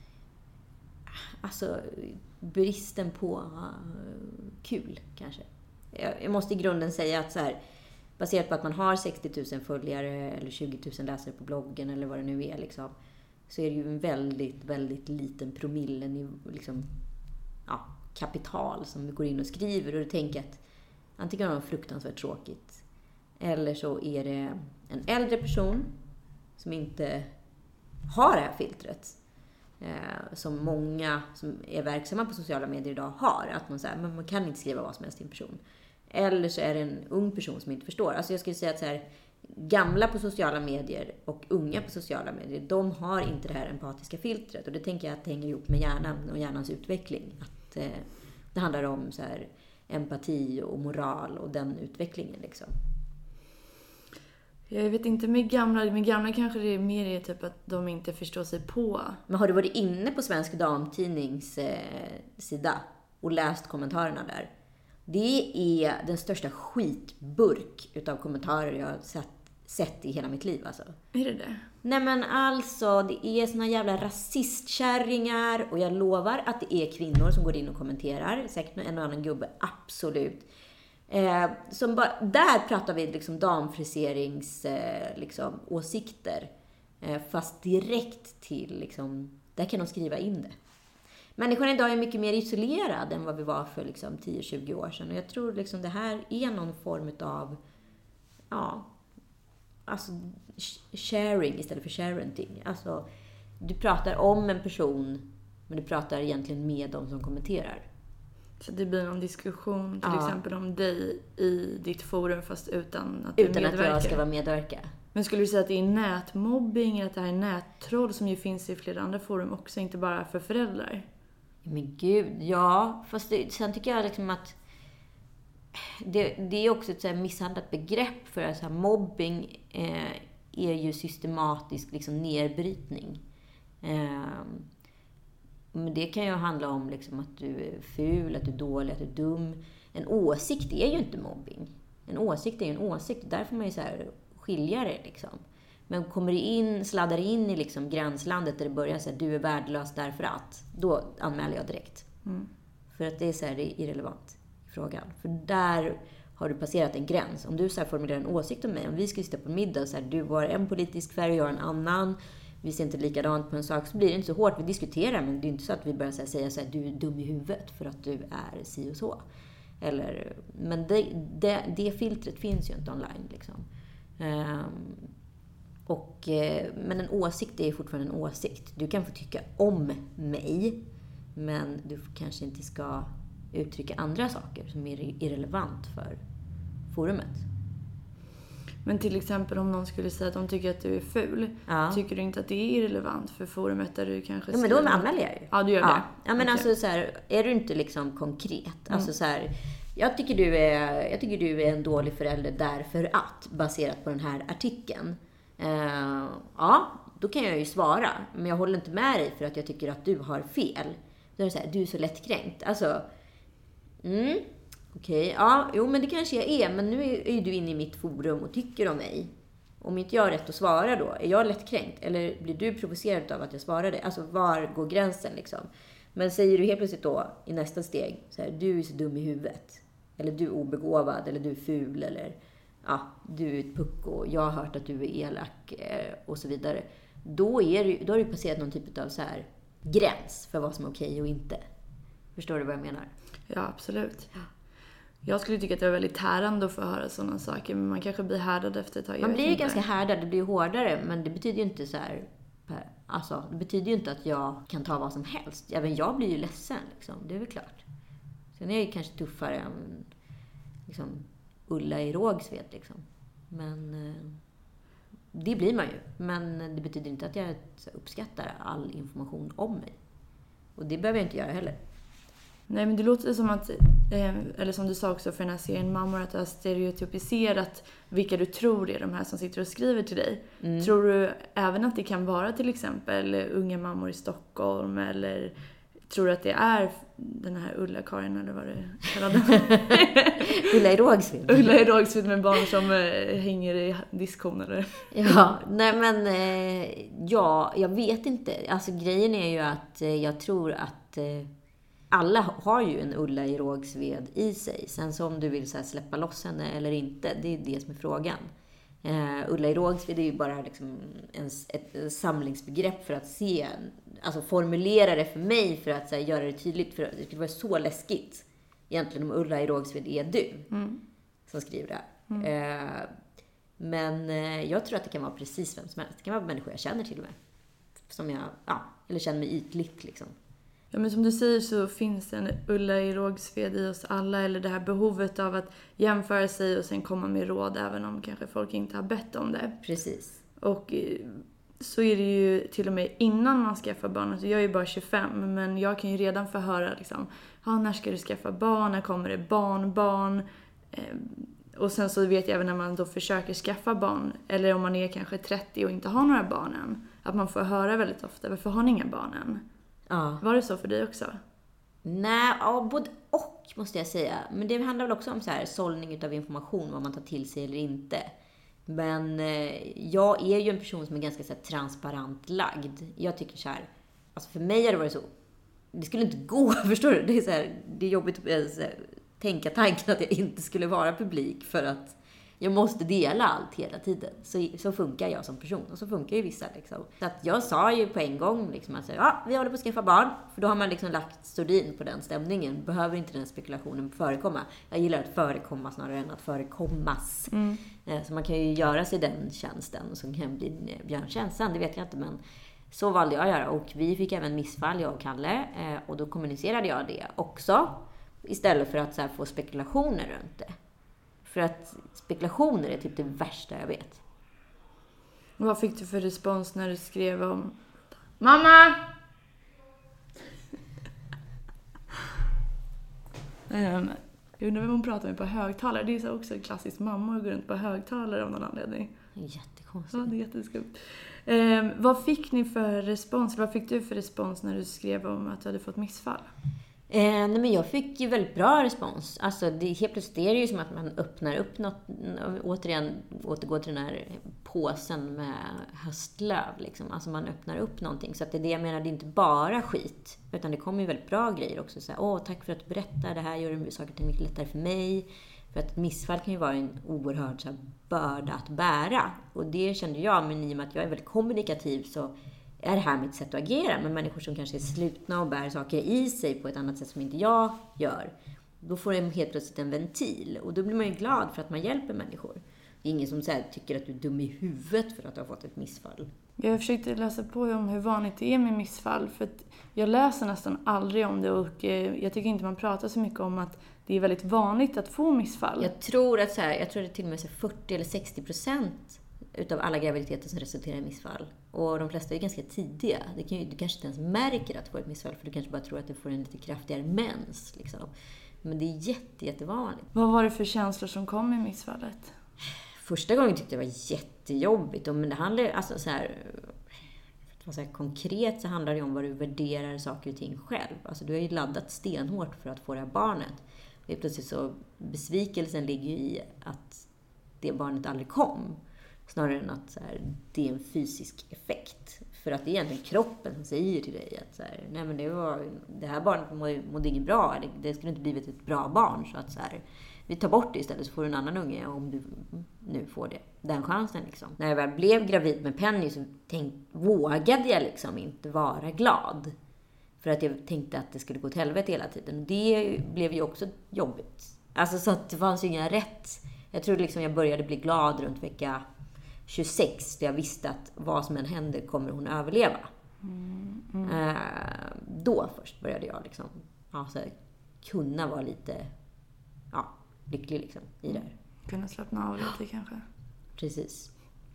Alltså, bristen på uh, kul, kanske. Jag, jag måste i grunden säga att så här, baserat på att man har sextio tusen följare eller tjugo tusen läsare på bloggen eller vad det nu är, liksom, så är det ju en väldigt, väldigt liten promille liksom, ja, kapital som går in och skriver. Och du tänker att antingen har de fruktansvärt tråkigt, eller så är det en äldre person som inte har det här filtret. Eh, som många som är verksamma på sociala medier idag har. Att man säger, men man kan inte skriva vad som helst till en person. Eller så är det en ung person som inte förstår. Alltså jag skulle säga att så här, gamla på sociala medier och unga på sociala medier, de har inte det här empatiska filtret. Och det tänker jag att det hänger ihop med hjärnan och hjärnans utveckling. Att eh, det handlar om så här, empati och moral och den utvecklingen liksom. Jag vet inte med gamla, med gamla kanske det är mer är typ att de inte förstår sig på. Men har du varit inne på Svensk Damtidnings eh, sida och läst kommentarerna där? Det är den största skitburk utav kommentarer jag har sett, sett i hela mitt liv alltså. Är det det? Nej men alltså, det är såna jävla rasistkärringar och jag lovar att det är kvinnor som går in och kommenterar. Säkert en och annan gubbe, absolut. Eh, som bara, där pratar vi liksom damfriserings eh, liksom, åsikter. Eh, fast direkt till, liksom, där kan de skriva in det. Människan idag är mycket mer isolerad än vad vi var för liksom, tio till tjugo år sedan. Och jag tror liksom det här är någon form av, ja, alltså, sharing istället för sharenting. Alltså, du pratar om en person, men du pratar egentligen med dem som kommenterar. Så det blir någon diskussion till ja. exempel om dig i ditt forum fast utan att du Utan medverkar. att jag ska vara medverka. Men skulle du säga att det är nätmobbing eller att det här är nättroll som ju finns i flera andra forum också, inte bara för föräldrar? Men gud, ja. Fast det, sen tycker jag liksom att det, det är också ett så här misshandlat begrepp för att så här, mobbing eh, är ju systematisk liksom nedbrytning. Eh, men det kan ju handla om liksom att du är ful, att du är dålig, att du är dum. En åsikt är ju inte mobbing. En åsikt är ju en åsikt. Där får man ju så här skilja det liksom. Men kommer du in, sladdar in i liksom gränslandet där det börjar säga du är värdelös därför att, då anmäler jag direkt. Mm. För att det är så här, det är irrelevant i frågan. För där har du passerat en gräns. Om du så här formulerar en åsikt om mig, om vi ska sitta på middag så här, du har en politisk färg och jag har en annan, vi ser inte likadant på en sak, så blir det inte så hårt. Vi diskuterar, men det är inte så att vi börjar säga så här, du är dum i huvudet för att du är si och så. Eller, men det, det, det filtret finns ju inte online liksom. Um, och, men en åsikt är fortfarande en åsikt. Du kan få tycka om mig, men du kanske inte ska uttrycka andra saker som är irrelevant för forumet. Men till exempel om någon skulle säga att de tycker att du är ful, ja. Tycker du inte att det är irrelevant för forumet där du kanske... Ja, men då anmäler jag ju. Ja, du gör ja. det. Ja, men okay. alltså så här, är du inte liksom konkret? Mm. Alltså så här, jag tycker du är jag tycker du är en dålig förälder därför att, baserat på den här artikeln. Uh, ja, då kan jag ju svara, men jag håller inte med dig för att jag tycker att du har fel. Då är det så här, du är så lättkränkt. Alltså, mm, okej, okay, ja, jo men det kanske jag är, men nu är, är du inne i mitt forum och tycker om mig. Om inte jag har rätt att svara då, är jag lättkränkt? Eller blir du provocerad av att jag svarar det? Alltså, var går gränsen liksom? Men säger du helt plötsligt då i nästa steg så här, du är så dum i huvudet, eller du är obegåvad, eller du är ful, eller ja, du är ett pucko, jag har hört att du är elak och så vidare. Då, är det, då har du passerat någon typ av så här gräns för vad som är okej och inte. Förstår du vad jag menar? Ja, absolut. Jag skulle tycka att det var väldigt härande att få höra sådana saker, men man kanske blir härdad efter ett tag. Man blir ju ganska härdad, det blir hårdare, men det betyder ju inte så här, alltså, det betyder ju inte att jag kan ta vad som helst. Även jag blir ju ledsen liksom, det är väl klart. Sen är jag ju kanske tuffare än liksom Ulla i Rågsved liksom. Men eh, det blir man ju. Men det betyder inte att jag uppskattar all information om mig. Och det behöver jag inte göra heller. Nej, men det låter som att, eh, eller som du sa också för den här serien Mammor, att du har stereotypiserat vilka du tror är de här som sitter och skriver till dig. Mm. Tror du även att det kan vara till exempel unga mammor i Stockholm, eller tror du att det är den här Ulla-Karin eller vad det kallade? Ulla i Rågsved. Ulla i Rågsved med barn som eh, hänger i diskon eller? Ja, nej men eh, ja, jag vet inte. Alltså grejen är ju att eh, jag tror att eh, alla har ju en Ulla i Rågsved i sig. Sen så om du vill så här, släppa loss henne eller inte, det är det som är frågan. Uh, Ulla i Rågsved är ju bara liksom en, ett, ett samlingsbegrepp för att se, alltså formulera det för mig för att så här, göra det tydligt, för att det skulle vara så läskigt egentligen om Ulla i Rågsved är du mm. som skriver det här. Mm. Uh, men uh, jag tror att det kan vara precis vem som helst. Det kan vara människor jag känner till och med. Som jag, ja, eller känner mig ytligt liksom. Ja, men som du säger så finns det en Ulla i Rågsved i oss alla, eller det här behovet av att jämföra sig och sen komma med råd även om kanske folk inte har bett om det. Precis. Och så är det ju till och med innan man skaffar barn. Alltså jag är ju bara tjugofem, men jag kan ju redan få höra liksom, ja, när ska du skaffa barn? När kommer det barnbarn? Och sen så vet jag även när man då försöker skaffa barn, eller om man är kanske trettio och inte har några barn än, att man får höra väldigt ofta, varför har ni inga barn än? Ja. Var det så för dig också? Nej, ja, både och måste jag säga. Men det handlar väl också om så här sållning av information, vad man tar till sig eller inte. Men eh, jag är ju en person som är ganska så här, transparent lagd. Jag tycker så här, alltså för mig har det varit så, det skulle inte gå, förstår du? Det är så här, det är jobbigt att så här, tänka tanken att jag inte skulle vara publik för att jag måste dela allt hela tiden. Så, så funkar jag som person. Och så funkar ju vissa liksom. Så att jag sa ju på en gång liksom att ja, vi håller på att skaffa barn. För då har man liksom lagt sordin på den stämningen. Behöver inte den spekulationen förekomma. Jag gillar att förekomma snarare än att förekommas. Mm. Så man kan ju göra sig den tjänsten. Och så kan bli björntjänst sen, det vet jag inte. Men så valde jag att göra. Och vi fick även missfall, jag och Kalle. Och då kommunicerade jag det också. Istället för att så här få spekulationer runt det. För att spekulationer är typ det värsta jag vet. Vad fick du för respons när du skrev om mamma? um, jag undrar vem hon pratar med på högtalare. Det är så också klassiskt mamma och går runt på högtalare av någon anledning. Jättekonstigt. Ja, det är jätteskumt. Um, vad fick ni för respons? Vad fick du för respons när du skrev om att du hade fått missfall? Eh, nej men jag fick ju väldigt bra respons. Alltså det, helt plötsligt är det ju som att man öppnar upp något, återigen återgår till den här påsen med höstlöv liksom. Alltså man öppnar upp någonting. Så att det är det jag menar, det är inte bara skit. Utan det kommer ju väldigt bra grejer också. Så här, åh tack för att du berättar, det här gör saker till mycket lättare för mig. För att missfall kan ju vara en oerhörd så här, börda att bära. Och det kände jag, men i och med att jag är väldigt kommunikativ så är det här mitt sätt att agera med människor som kanske är slutna och bär saker i sig på ett annat sätt som inte jag gör. Då får de helt plötsligt en ventil. Och då blir man ju glad för att man hjälper människor. Det är ingen som så här, tycker att du är dum i huvudet för att du har fått ett missfall. Jag försökte läsa på om hur vanligt det är med missfall. För att jag läser nästan aldrig om det. Och jag tycker inte man pratar så mycket om att det är väldigt vanligt att få missfall. Jag tror att så här, jag tror att det till och med är fyrtio eller sextio procent utav alla graviditeter som resulterar i missfall. Och de flesta är ganska tidiga. Det kan ju, du kanske inte ens märker att du får ett missfall. För du kanske bara tror att du får en lite kraftigare mens. Liksom. Men det är jätte, jättevanligt. Vad var det för känslor som kom i missfallet? Första gången tyckte jag det var jättejobbigt. Men det handlar alltså så här, för att vara så här konkret så handlar det om vad du värderar saker och ting själv. Alltså du har ju laddat stenhårt för att få det här barnet. Och plötsligt så besvikelsen ligger ju i att det barnet aldrig kom. Snarare än att så här, det är en fysisk effekt. För att det är egentligen kroppen som säger till dig att så här, nej men det, var, det här barnet mådde, mådde inget bra. Det, det skulle inte blivit ett bra barn. Så att så här, vi tar bort det istället så får du en annan unge om du nu får det. Den chansen liksom. När jag väl blev gravid med Penny så tänk, vågade jag liksom inte vara glad. För att jag tänkte att det skulle gå till helvete hela tiden. Och det blev ju också jobbigt. Alltså så att det fanns ju inga rätt. Jag tror liksom jag började bli glad runt vecka tjugosex. Där jag visste att vad som än händer kommer hon överleva. Mm, mm. Eh, då först började jag liksom ja, så här, kunna vara lite ja, lycklig liksom, i det här. Kunna slappna av lite kanske. Precis.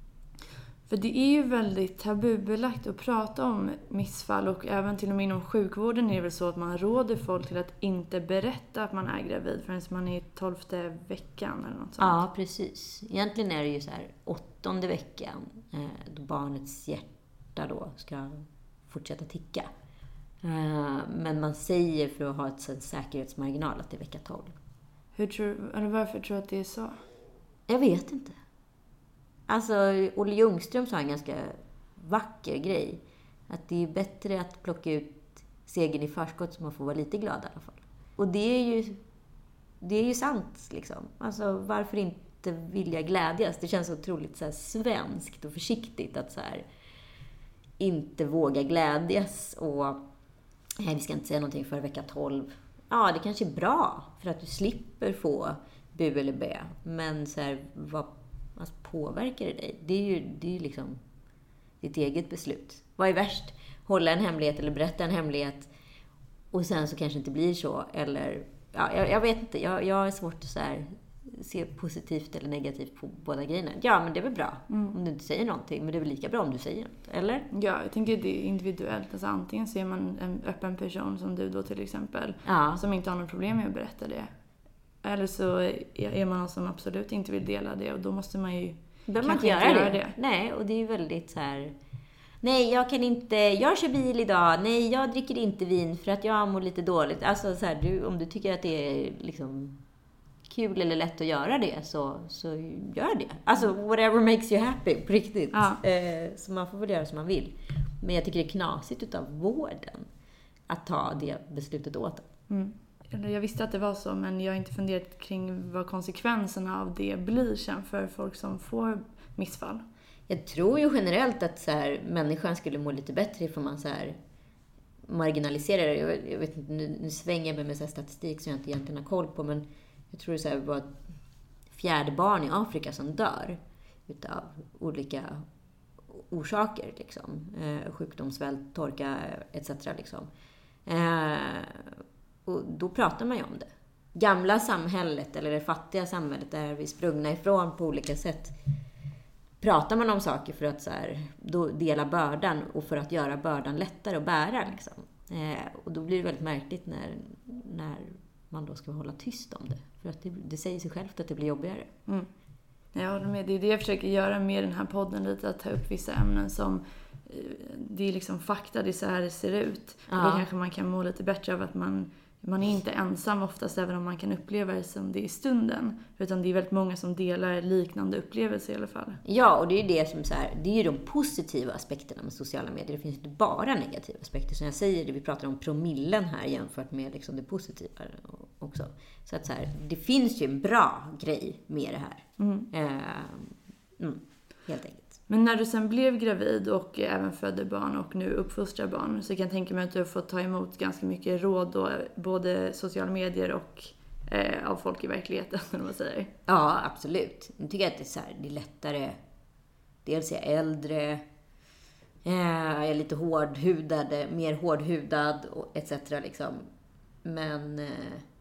För det är ju väldigt tabubelagt att prata om missfall. Och även till och med inom sjukvården är det väl så att man råder folk till att inte berätta att man är gravid förrän man är i tolfte veckan eller något sånt. Ja, precis. Egentligen är det ju så här åttonde veckan eh, då barnets hjärta då ska fortsätta ticka. Eh, men man säger för att ha ett sånt säkerhetsmarginal att det är vecka tolv. Hur tror, eller varför tror du att det är så? Jag vet inte. Alltså, Olle Ljungström sa en ganska vacker grej. Att det är bättre att plocka ut segern i förskott så man får vara lite glad i alla fall. Och det är ju, det är ju sant liksom. Alltså, varför inte vilja glädjas? Det känns otroligt så här svenskt och försiktigt att så här, inte våga glädjas. Och nej, vi ska inte säga någonting för vecka tolv. Ja, det kanske är bra för att du slipper få bu eller bä. Men så här, vad alltså, påverkar det dig? Det är ju, det är ju liksom ditt eget beslut. Vad är värst? Hålla en hemlighet eller berätta en hemlighet och sen så kanske inte blir så. Eller, ja, jag, jag vet inte. Jag, jag har svårt att så här, se positivt eller negativt på båda grejerna. Ja, men det är väl bra mm. om du inte säger någonting. Men det är väl lika bra om du säger något, eller? Ja, jag tänker det är individuellt. Alltså, antingen ser man en öppen person som du då till exempel. Ja. Som inte har något problem med att berätta det. Eller så är man någon som absolut inte vill dela det. Och då måste man ju kanske man inte göra, göra det. det. Nej, och det är ju väldigt så här... Nej, jag kan inte... Jag kör bil idag. Nej, jag dricker inte vin för att jag mår lite dåligt. Alltså så här, du, om du tycker att det är liksom kul eller lätt att göra det så, så gör det. Alltså, whatever makes you happy, på riktigt. Ja. Eh, så man får väl göra som man vill. Men jag tycker det är knasigt utav vården att ta det beslutet åt. Mm. eller jag visste att det var så, men jag har inte funderat kring vad konsekvenserna av det blir sen för folk som får missfall. Jag tror ju generellt att så här, människan skulle må lite bättre ifall man så här marginaliserar det. Jag, jag vet inte, nu, nu svänger jag mig med så här statistik som jag inte egentligen har koll på, men jag tror det så här var fjärde barn i Afrika som dör utav olika orsaker, liksom. Eh, sjukdom, svält, torka, et cetera. Liksom. Eh, och då pratar man ju om det. Gamla samhället eller det fattiga samhället där vi är sprungna ifrån på olika sätt. Pratar man om saker för att så här, då dela bördan och för att göra bördan lättare att bära. Liksom. Eh, och då blir det väldigt märkligt när, när man då ska hålla tyst om det. För att det, det säger sig självt att det blir jobbigare. Mm. Jag håller med. Det är det jag försöker göra med den här podden lite. Att ta upp vissa ämnen som det är liksom fakta, det är så här det ser ut. Ja. Då kanske man kan må lite bättre av att man, man är inte ensam oftast, även om man kan uppleva det som det är i stunden. Utan det är väldigt många som delar liknande upplevelser i alla fall. Ja, och det är ju det som så här, det är ju de positiva aspekterna med sociala medier. Det finns inte bara negativa aspekter. Som jag säger, vi pratar om promillen här jämfört med liksom det positiva också. Så att så här, det finns ju en bra grej med det här. Mm. Eh, mm, helt enkelt. Men när du sen blev gravid och även födde barn och nu uppfostrar barn, så kan jag tänka mig att du har fått ta emot ganska mycket råd då, både sociala medier och eh, av folk i verkligheten, om man säger. Ja, absolut. Jag tycker att det är, så här, det är lättare. Dels är jag äldre, eh, jag är lite hårdhudad, mer hårdhudad och et cetera. Liksom. Men eh,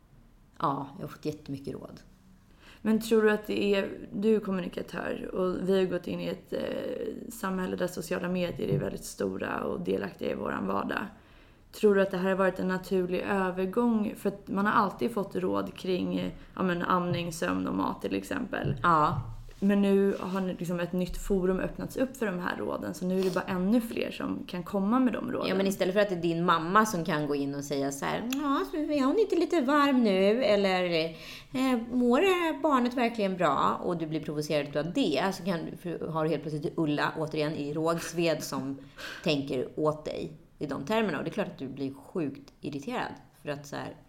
ja, jag har fått jättemycket råd. Men tror du att det är, du är kommunikatör och vi har gått in i ett eh, samhälle där sociala medier är väldigt stora och delaktiga i våran vardag. Tror du att det här har varit en naturlig övergång? För att man har alltid fått råd kring ja, men, amning, sömn och mat till exempel. Ja. Men nu har liksom ett nytt forum öppnats upp för de här råden. Så nu är det bara ännu fler som kan komma med de råden. Ja, men istället för att det är din mamma som kan gå in och säga så här: ja, är hon inte lite varm nu? Eller eh, mår det här barnet verkligen bra? Och du blir provocerad av det. Så kan, har du helt plötsligt Ulla, återigen i Rågsved, som tänker åt dig i de termerna. Och det är klart att du blir sjukt irriterad. För att så här...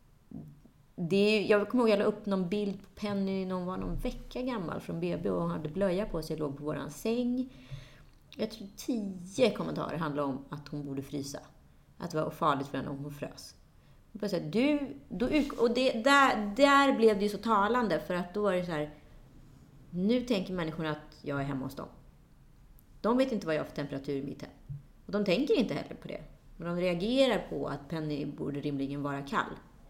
Det, jag kommer ihåg att jag la upp någon bild på Penny när hon var någon vecka gammal från B B och hon hade blöja på sig och låg på våran säng. Jag tror tio kommentarer handlade om att hon borde frysa. Att det var farligt för henne om hon frös. Jag bara säga, du, då, och det, där, där blev det ju så talande, för att då var det så här: nu tänker människorna att jag är hemma hos dem. De vet inte vad jag har för temperatur i mitt hem. Och de tänker inte heller på det. Men de reagerar på att Penny borde rimligen vara kall.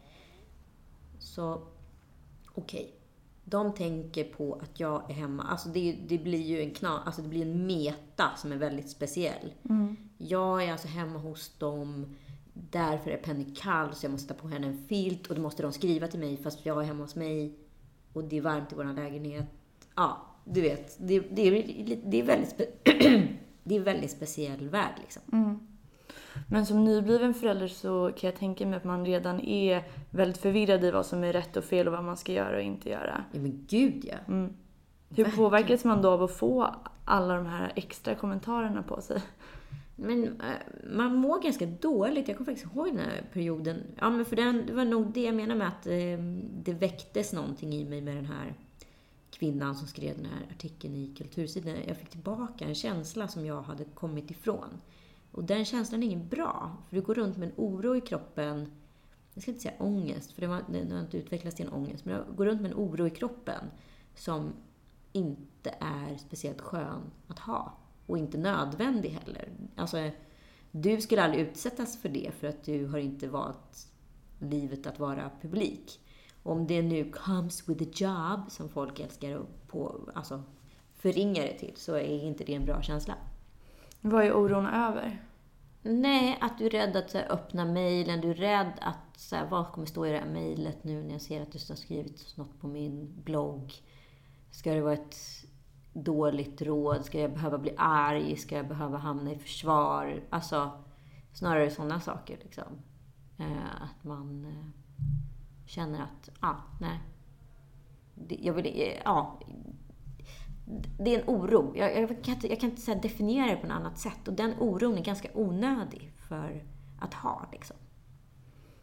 Så okej. Okay. De tänker på att jag är hemma. Alltså det, det blir ju en kna, alltså det blir en meta som är väldigt speciell. Mm. Jag är alltså hemma hos dem. Därför är Penny kall, så jag måste ta på henne en filt. Och då måste de skriva till mig fast jag är hemma hos mig. Och det är varmt i vår lägenhet. Ja, du vet. Det, det, är, det, är, väldigt spe, det är väldigt speciell värld liksom. Mm. Men som nybliven förälder så kan jag tänka mig att man redan är väldigt förvirrad i vad som är rätt och fel och vad man ska göra och inte göra. Ja, men gud ja. Mm. Hur Verkligen. Påverkas man då av att få alla de här extra kommentarerna på sig? Men äh, man mår ganska dåligt. Jag kommer faktiskt ihåg den här perioden. Ja, men för den, det var nog det jag menar med att eh, det väcktes någonting i mig med den här kvinnan som skrev den här artikeln i Kultursidan. Jag fick tillbaka en känsla som jag hade kommit ifrån. Och den känslan är ingen bra. För du går runt med en oro i kroppen. Jag ska inte säga ångest, för det har, det har inte utvecklats till en ångest. Men jag går runt med en oro i kroppen som inte är speciellt skön att ha. Och inte nödvändig heller. Alltså, du skulle aldrig utsättas för det för att du har inte valt livet att vara publik. Om det nu comes with a job, som folk älskar att på, alltså, förringa det till, så är inte det en bra känsla. Vad är oron över? Nej, att du är rädd att så här, öppna mejlen. Du är rädd att, så här, vad kommer stå i det här mejlet nu när jag ser att du har skrivit något på min blogg? Ska det vara ett dåligt råd? Ska jag behöva bli arg? Ska jag behöva hamna i försvar? Alltså, snarare sådana saker liksom. Eh, att man eh, känner att, ja, ah, nej. Det, jag vill, eh, ja... Det är en oro. Jag, jag kan inte, jag kan inte så här definiera det på något annat sätt. Och den oron är ganska onödig för att ha. Liksom.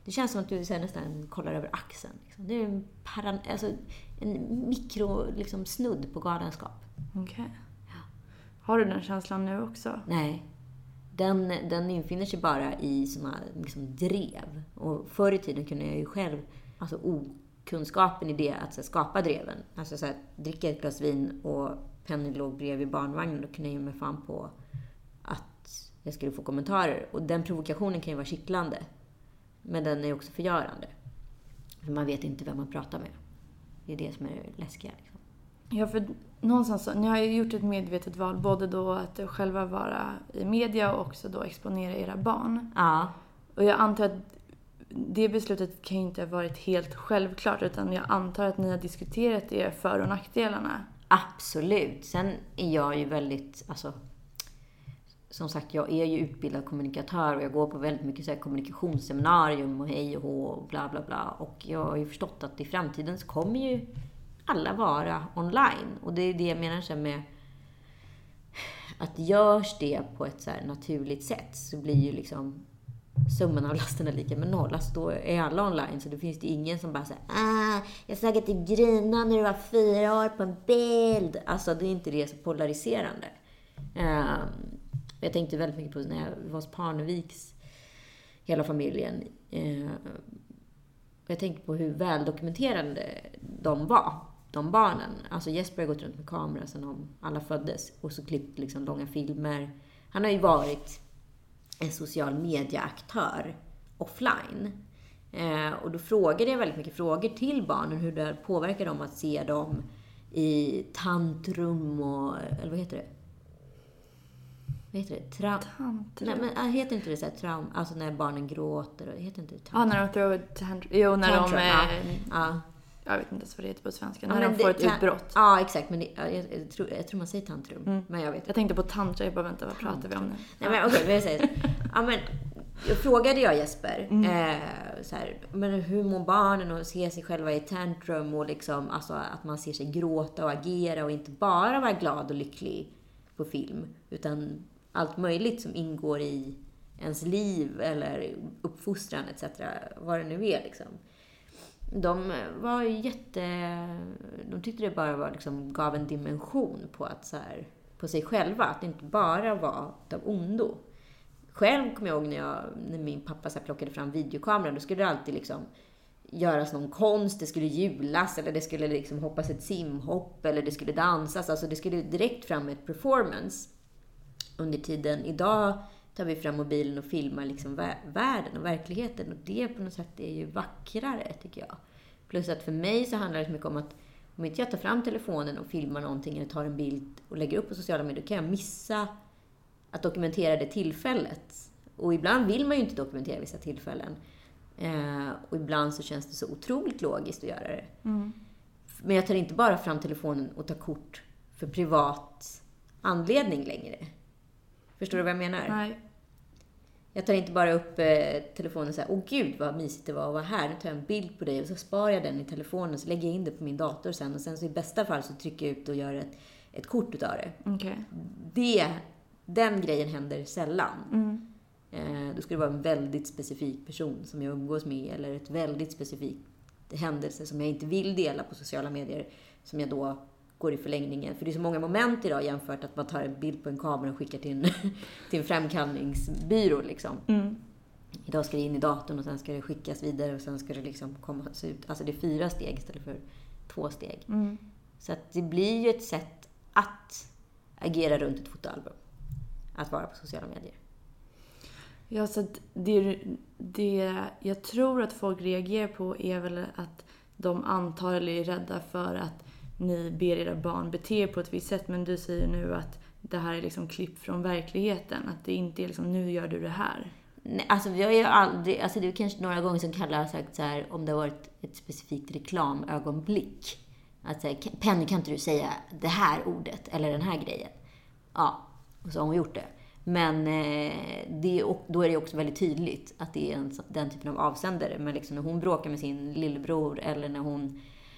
Det känns som att du så här, nästan kollar över axeln. Liksom. Det är en, paran, alltså, en mikro liksom, snudd på galenskap. Okej. Okay. Ja. Har du den känslan nu också? Nej. Den, den infinner sig bara i såna liksom, drev. Och förr i tiden kunde jag ju själv, alltså okunskapen i det att så här, skapa dreven. Alltså så här, dricka ett glas vin och Penny låg bredvid barnvagnen. Då kunde jag ju med fan på att jag skulle få kommentarer. Och den provokationen kan ju vara kittlande. Men den är också förgörande. För man vet inte vem man pratar med. Det är det som är läskiga. Liksom. Ja, för någonstans så, ni har ju gjort ett medvetet val. Både då att själva vara i media och också då exponera era barn. Ja. Och jag antar att det beslutet kan ju inte ha varit helt självklart. Utan jag antar att ni har diskuterat det för- och nackdelarna. Absolut. Sen är jag ju väldigt... Alltså, som sagt, jag är ju utbildad kommunikatör och jag går på väldigt mycket så här kommunikationsseminarium och hej och hå och bla bla bla. Och jag har ju förstått att i framtiden så kommer ju alla vara online. Och det är det jag menar så med att görs det på ett så här naturligt sätt så blir ju liksom summan av lasten är lika med noll. Alltså då är alla online så det finns det ingen som bara säger ah, jag såg att du grinade när du var fyra år på en bild. Alltså det är inte det så polariserande. Um, Jag tänkte väldigt mycket på när jag var hos Parneviks hela familjen. Jag tänkte på hur väldokumenterade de var, de barnen. Alltså Jesper har gått runt med kamera sedan de alla föddes och så klippt liksom långa filmer. Han har ju varit en social media-aktör offline. Och då frågade jag väldigt mycket frågor till barnen hur det påverkar dem att se dem i tantrum och, eller vad heter det? Vad heter det? Tra- Nej, men heter inte det så här traum? Alltså när barnen gråter. Och, heter inte det ja, när de throw it tantrum. Jo, när tantrum, de... Ja. Eh, ja. Jag vet inte ens vad det heter på svenska. Ja, när de får ett ta- utbrott. Ja, exakt. Men det, jag, jag, tror, jag tror man säger tantrum. Mm. Men jag vet. Jag tänkte på tantra. Jag bara, vänta, vad tantrum. pratar vi om nu? Nej, men okej. Okay, jag säger ja, men jag frågade jag Jesper. Mm. Eh, så här, men hur mår barnen och se sig själva i tantrum och liksom, alltså, att man ser sig gråta och agera och inte bara vara glad och lycklig på film. Utan allt möjligt som ingår i ens liv eller uppfostran et cetera. Vad det nu är liksom. De var ju jätte... De tyckte det bara var liksom, gav en dimension på, att, så här, på sig själva. Att det inte bara var av ondo. Själv kommer jag ihåg när, jag, när min pappa så här, plockade fram videokameran. Då skulle det alltid liksom, göras någon konst. Det skulle julas eller det skulle liksom, hoppas ett simhopp. Eller det skulle dansas. Alltså det skulle direkt fram ett performance. Under tiden idag tar vi fram mobilen och filmar liksom världen och verkligheten. Och det på något sätt är ju vackrare tycker jag. Plus att för mig så handlar det mycket om att om inte jag tar fram telefonen och filmar någonting eller tar en bild och lägger upp på sociala medier, då kan jag missa att dokumentera det tillfället. Och ibland vill man ju inte dokumentera vissa tillfällen. Eh, och ibland så känns det så otroligt logiskt att göra det. Mm. Men jag tar inte bara fram telefonen och tar kort för privat anledning längre. Förstår du vad jag menar? Nej. Jag tar inte bara upp eh, telefonen och säger, åh gud vad mysigt det var att vara här. Nu tar jag en bild på dig och så sparar jag den i telefonen och så lägger jag in det på min dator sen. Och sen så i bästa fall så trycker jag ut och gör ett, ett kort utav det. Okay. det. Den grejen händer sällan. Mm. Eh, då ska det vara en väldigt specifik person som jag umgås med. Eller ett väldigt specifikt händelse som jag inte vill dela på sociala medier. Som jag då går i förlängningen. För det är så många moment idag jämfört att man tar en bild på en kamera och skickar till en, till en framkallningsbyrå. Liksom. Mm. Idag ska det in i datorn och sen ska det skickas vidare och sen ska det liksom komma ut. Alltså det är fyra steg istället för två steg. Mm. Så att det blir ju ett sätt att agera runt ett fotoalbum. Att vara på sociala medier. Ja, så att det, det jag tror att folk reagerar på är väl att de antar eller är rädda för att ni ber era barn bete er på ett visst sätt. Men du säger nu att det här är liksom klipp från verkligheten. Att det inte är liksom, nu gör du det här. Nej, alltså vi har ju aldrig, alltså det är kanske några gånger som Kalle har sagt så här, om det har varit ett specifikt reklamögonblick. Att säga, Penny, kan inte du säga det här ordet eller den här grejen? Ja, och så har hon gjort det. Men eh, det, och då är det också väldigt tydligt att det är en, den typen av avsändare. Men liksom när hon bråkar med sin lillebror eller när hon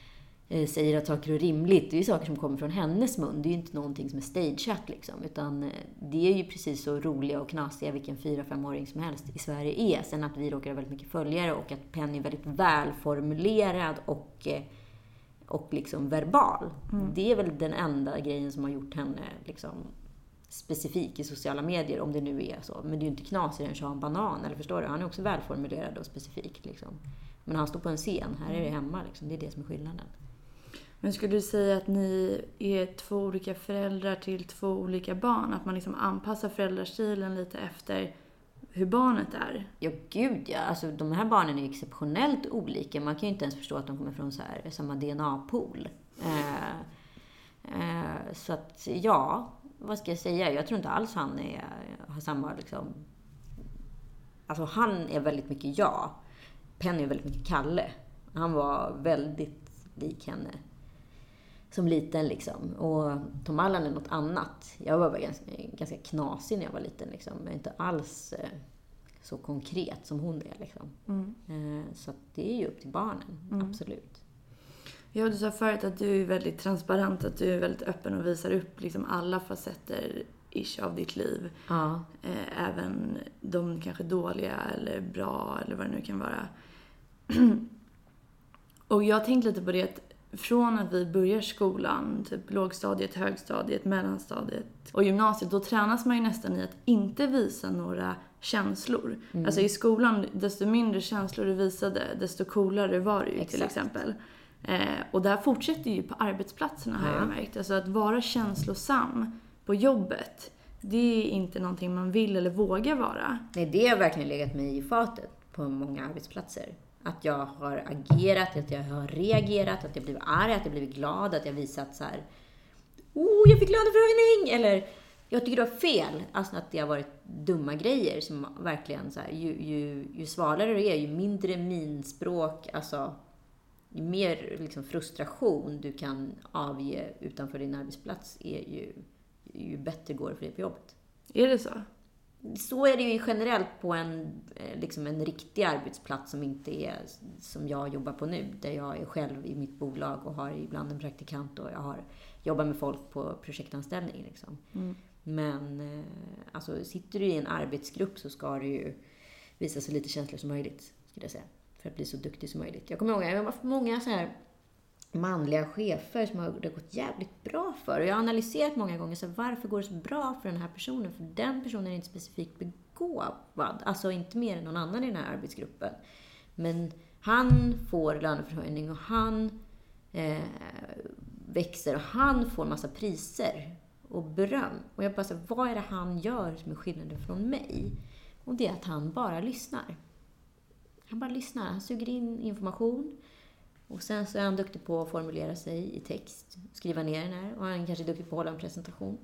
eh, säger att saker är rimligt. Det är ju saker som kommer från hennes mun. Det är ju inte någonting som är stageat liksom. Utan eh, det är ju precis så roliga och knasiga vilken fyra-femåring som helst i Sverige är. Sen att vi råkar ha väldigt mycket följare och att Penny är väldigt välformulerad och, eh, och liksom verbal. Mm. Det är väl den enda grejen som har gjort henne liksom specifik i sociala medier, om det nu är så. Men det är ju inte knasig än en banan, eller förstår du? Han är också välformulerad och specifik liksom. Men han står på en scen, här är det hemma liksom. Det är det som är skillnaden. Men skulle du säga att ni är två olika föräldrar till två olika barn? Att man liksom anpassar föräldrastilen lite efter hur barnet är? Ja, gud ja. Alltså, de här barnen är exceptionellt olika. Man kan ju inte ens förstå att de kommer från så här, samma D N A-pool. Eh, eh, så att, ja... Vad ska jag säga? Jag tror inte alls han är, har samma liksom... Alltså han är väldigt mycket jag. Penny är väldigt mycket Kalle. Han var väldigt lik henne som liten liksom. Och Tom Allan är något annat. Jag var ganska, ganska knasig när jag var liten liksom. Men inte alls eh, så konkret som hon är liksom. Mm. Eh, så att det är ju upp till barnen, mm. absolut. Ja, du sa förut att du är väldigt transparent, att du är väldigt öppen och visar upp liksom alla facetter ish av ditt liv. Ja. Eh, även de kanske dåliga eller bra eller vad det nu kan vara. Och jag tänkte lite på det att från att vi börjar skolan, typ lågstadiet, högstadiet, mellanstadiet och gymnasiet, då tränas man ju nästan i att inte visa några känslor. Mm. Alltså i skolan, desto mindre känslor du visade, desto coolare var du ju. Exakt. Till exempel. Eh, och där fortsätter ju på arbetsplatserna har ja. jag märkt. Alltså att vara känslosam på jobbet, det är inte någonting man vill eller vågar vara. Nej, det har verkligen legat mig i fatet på många arbetsplatser. Att jag har agerat, att jag har reagerat, att jag blivit arg, att jag blivit glad, att jag visat så här: oh, jag fick löneförhöjning! Eller jag tycker det var fel. Alltså att det har varit dumma grejer som verkligen så här, ju, ju, ju svalare det är, ju mindre minspråk, alltså ju mer liksom frustration du kan avge utanför din arbetsplats är ju, ju bättre går det för dig på jobbet. Är det så? Så är det ju generellt på en, liksom en riktig arbetsplats som inte är som jag jobbar på nu. Där jag är själv i mitt bolag och har ibland en praktikant och jag har jobbar med folk på projektanställning. Liksom. Mm. Men alltså, sitter du i en arbetsgrupp så ska du ju visa så lite känslor som möjligt, skulle jag säga. För att bli så duktig som möjligt. Jag kommer ihåg, jag har haft många så här manliga chefer som har det gått jävligt bra för. Och jag har analyserat många gånger så här, varför går det så bra för den här personen? För den personen är inte specifikt begåvad. Alltså inte mer än någon annan i den här arbetsgruppen. Men han får löneförhöjning och han eh, växer och han får massa priser och beröm. Och jag bara så här, vad är det han gör som är skillnaden från mig? Och det är att han bara lyssnar. Han bara lyssnar, han suger in information och sen så är han duktig på att formulera sig i text, skriva ner den här, och han är kanske duktig på att hålla en presentation.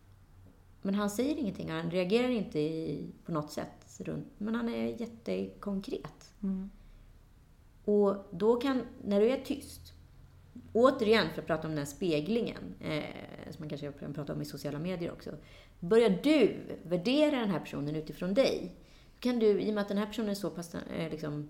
Men han säger ingenting, han reagerar inte i, på något sätt runt, men han är jättekonkret. Mm. Och då kan, när du är tyst, återigen för att prata om den här speglingen, eh, som man kanske kan prata om i sociala medier också, börjar du värdera den här personen utifrån dig. Kan du, i och med att den här personen är så pass eh, liksom,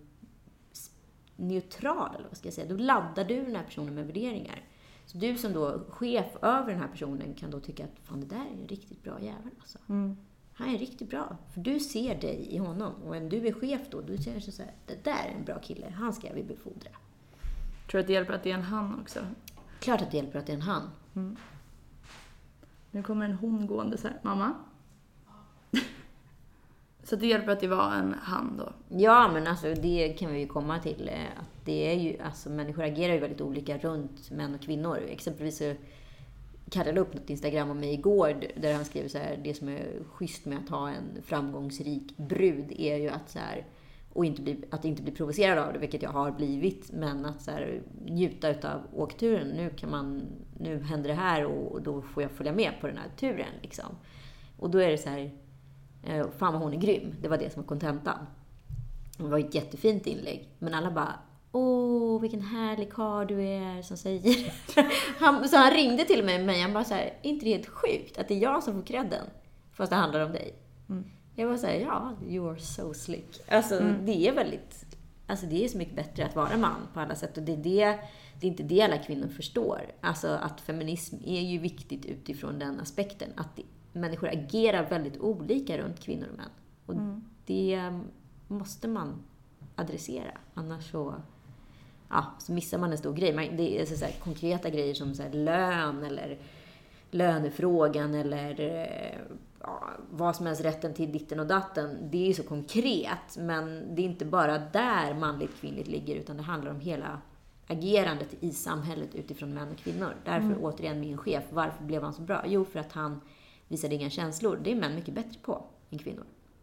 neutral, eller vad ska jag säga, då laddar du den här personen med värderingar. Så du som då chef över den här personen kan då tycka att fan, det där är en riktigt bra jävel alltså. Mm. Han är riktigt bra, för du ser dig i honom. Och om du är chef då, du känner så här, det där är en bra kille, han ska vi befordra. Tror du att det hjälper att det är en han också? Klart att det hjälper att det är en han. Mm. Nu kommer en hon gående så här, mamma. Så det hjälper att det var en han då? Ja, men alltså det kan vi ju komma till. Att det är ju, alltså människor agerar ju väldigt olika runt män och kvinnor. Exempelvis så kallade jag upp något Instagram om mig igår där han skriver så här: det som är schysst med att ha en framgångsrik brud är ju att så här, och inte bli, att inte bli provocerad av det, vilket jag har blivit, men att så här, njuta utav åkturen. Nu kan man, nu händer det här och då får jag följa med på den här turen liksom. Och då är det så här, fan vad hon är grym. Det var det som var kontentan. Det var ett jättefint inlägg. Men alla bara, åh vilken härlig karl du är som säger. han, så han ringde till mig mig. Han bara så här, är inte det helt sjukt att det är jag som får credden fast det handlar om dig? Mm. Jag var så här, ja, you are so slick. Alltså mm. det är väldigt alltså det är så mycket bättre att vara man på alla sätt. Och det är, det, det är inte det alla kvinnor förstår. Alltså att feminism är ju viktigt utifrån den aspekten. Att det, människor agerar väldigt olika runt kvinnor och män. Och mm. det måste man adressera. Annars så, ja, så missar man en stor grej. Man, det är så, så här, konkreta grejer som så här, lön eller lönefrågan eller ja, vad som helst, rätten till ditten och datten. Det är så konkret, men det är inte bara där manligt kvinnligt ligger, utan det handlar om hela agerandet i samhället utifrån män och kvinnor. Därför mm. återigen min chef, varför blev han så bra? Jo, för att han visade inga känslor. Det är män mycket bättre på än kvinnor.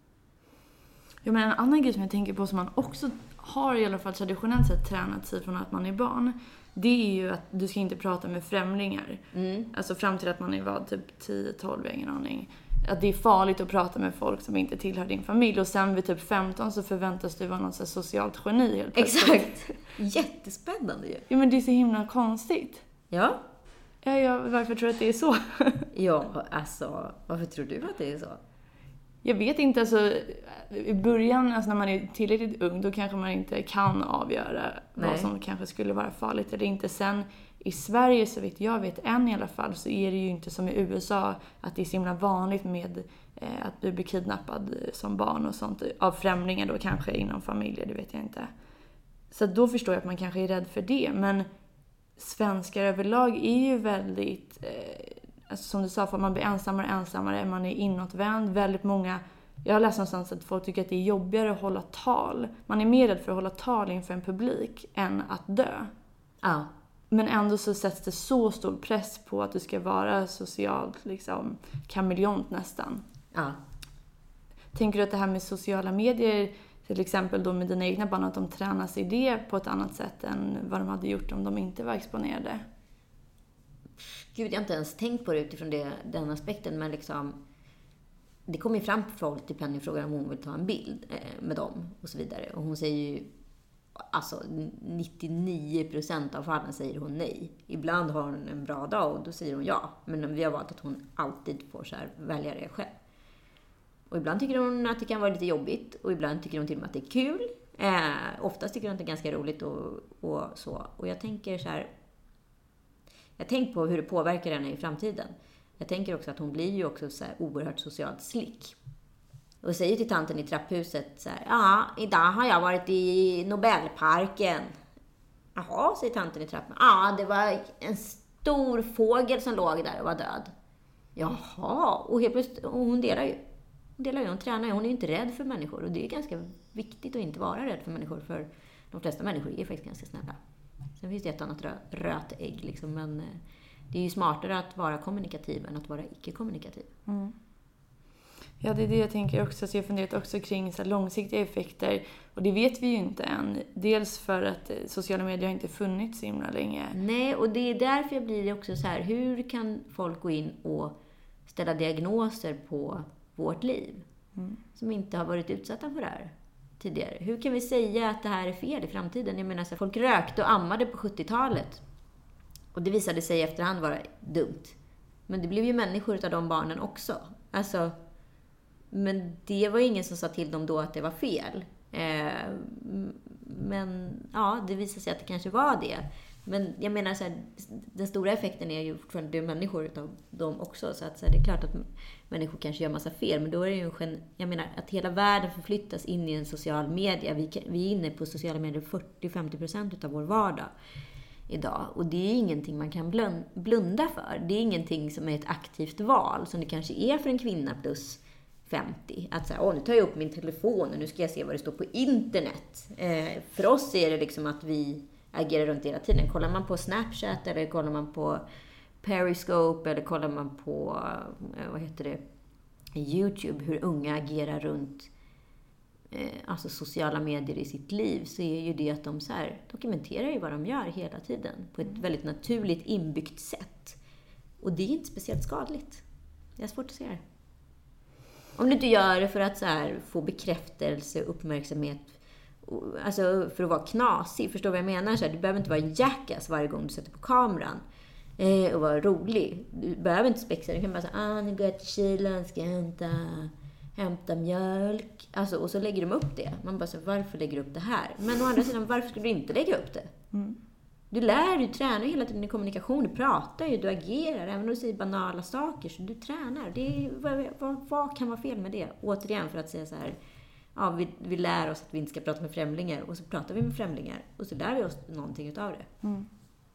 Ja, men en annan grej som jag tänker på som man också har i alla fall traditionellt sett tränat sig från att man är barn, det är ju att du ska inte prata med främlingar. Mm. Alltså fram till att man är vad, typ tio tolv, ingen aning. Att det är farligt att prata med folk som inte tillhör din familj. Och sen vid typ femton så förväntas du vara något så socialt geni helt plötsligt. Exakt. Jättespännande ju. Ja, men det är så himla konstigt. Ja. Ja, ja, varför tror du att det är så? Ja, alltså, varför tror du att det är så? Jag vet inte, alltså i början, alltså när man är tillräckligt ung, då kanske man inte kan avgöra Nej. vad som kanske skulle vara farligt eller inte. Sen i Sverige, så vet jag vet än i alla fall, så är det ju inte som i U S A att det är så himla vanligt med eh, att du blir kidnappad som barn och sånt. Av främlingar då kanske inom familjer, det vet jag inte. Så då förstår jag att man kanske är rädd för det. Men svenskar överlag är ju väldigt... Eh, Alltså, som du sa, för man blir ensammare och ensammare, man är inåtvänd. Väldigt många, jag har läst någonstans att folk tycker att det är jobbigare att hålla tal. Man är mer rädd för att hålla tal inför en publik än att dö. Ja. Men ändå så sätts det så stor press på att du ska vara socialt liksom kameleont nästan. Ja. Tänker du att det här med sociala medier, till exempel då med dina egna barn, att de tränas i det på ett annat sätt än vad de hade gjort om de inte var exponerade? Gud, jag har inte ens tänkt på det utifrån det, den aspekten, men liksom det kommer ju fram på folk till Penny och frågar om hon vill ta en bild eh, med dem och så vidare. Och hon säger ju, alltså nittionio procent av fallen säger hon nej. Ibland har hon en bra dag och då säger hon ja. Men vi har valt att hon alltid får så här välja det själv. Och ibland tycker hon att det kan vara lite jobbigt och ibland tycker hon till och med att det är kul. Eh, oftast tycker hon att det är ganska roligt och, och så. Och jag tänker så här, jag tänker på hur det påverkar henne i framtiden. Jag tänker också att hon blir ju också så här oerhört socialt slick. Och säger till tanten i trapphuset så här: ja, idag har jag varit i Nobelparken. Jaha, säger tanten i trappan. Ja, det var en stor fågel som låg där och var död. Jaha, och helt plötsligt, och hon delar ju. Hon delar ju, hon tränar ju. Hon är ju inte rädd för människor. Och det är ganska viktigt att inte vara rädd för människor. För de flesta människor är faktiskt ganska snälla. Sen finns det ett annat rö- rötägg liksom, men det är ju smartare att vara kommunikativ än att vara icke-kommunikativ. Mm. Ja, det är det jag tänker också. Så jag funderat också kring så här långsiktiga effekter. Och det vet vi ju inte än. Dels för att sociala medier har inte funnits så himla länge. Nej, och det är därför jag blir också så här: hur kan folk gå in och ställa diagnoser på vårt liv mm. som inte har varit utsatta för det här tidigare? Hur kan vi säga att det här är fel i framtiden? Jag menar så här, folk rökte och ammade på sjuttiotalet. Och det visade sig efterhand vara dumt. Men det blev ju människor utav de barnen också. Alltså, men det var ingen som sa till dem då att det var fel. Eh, men ja, det visade sig att det kanske var det. Men jag menar så här, den stora effekten är ju fortfarande det är människor utav dem också. Så att så här, det är klart att människor kanske gör massa fel. Men då är det ju en, jag menar att hela världen förflyttas in i en social media. Vi, vi är inne på sociala medier fyrtio till femtio procent utav vår vardag idag. Och det är ingenting man kan blunda för. Det är ingenting som är ett aktivt val som det kanske är för en kvinna plus femtio. Att säga, åh, nu tar jag upp min telefon och nu ska jag se vad det står på internet. Eh, för oss är det liksom att vi agerar runt hela tiden. Kollar man på Snapchat eller kollar man på Periscope eller kollar man på eh, vad heter det, YouTube, hur unga agerar runt eh, alltså sociala medier i sitt liv, så är ju det att de så här dokumenterar ju vad de gör hela tiden på ett väldigt naturligt inbyggt sätt. Och det är inte speciellt skadligt. Det är svårt att se det. Om du inte gör det för att så här få bekräftelse och uppmärksamhet, alltså för att vara knasig, förstår vad jag menar? Så här, du behöver inte vara en jackass varje gång du sätter på kameran eh, och vara rolig. Du behöver inte spexa, du kan bara säga, ah, nu går jag till kylen, ska jag hämta hämta mjölk. Alltså, och så lägger de upp det. Man bara så, varför lägger du upp det här? Men å andra sidan, varför skulle du inte lägga upp det? Mm. Du lär, du tränar hela tiden i kommunikation. Du pratar ju, du agerar. Även om du säger banala saker, så du tränar. Det är, vad, vad, vad kan vara fel med det? Återigen, för att säga så här. Ja, vi, vi lär oss att vi inte ska prata med främlingar. Och så pratar vi med främlingar. Och så lär vi oss någonting utav det. Mm.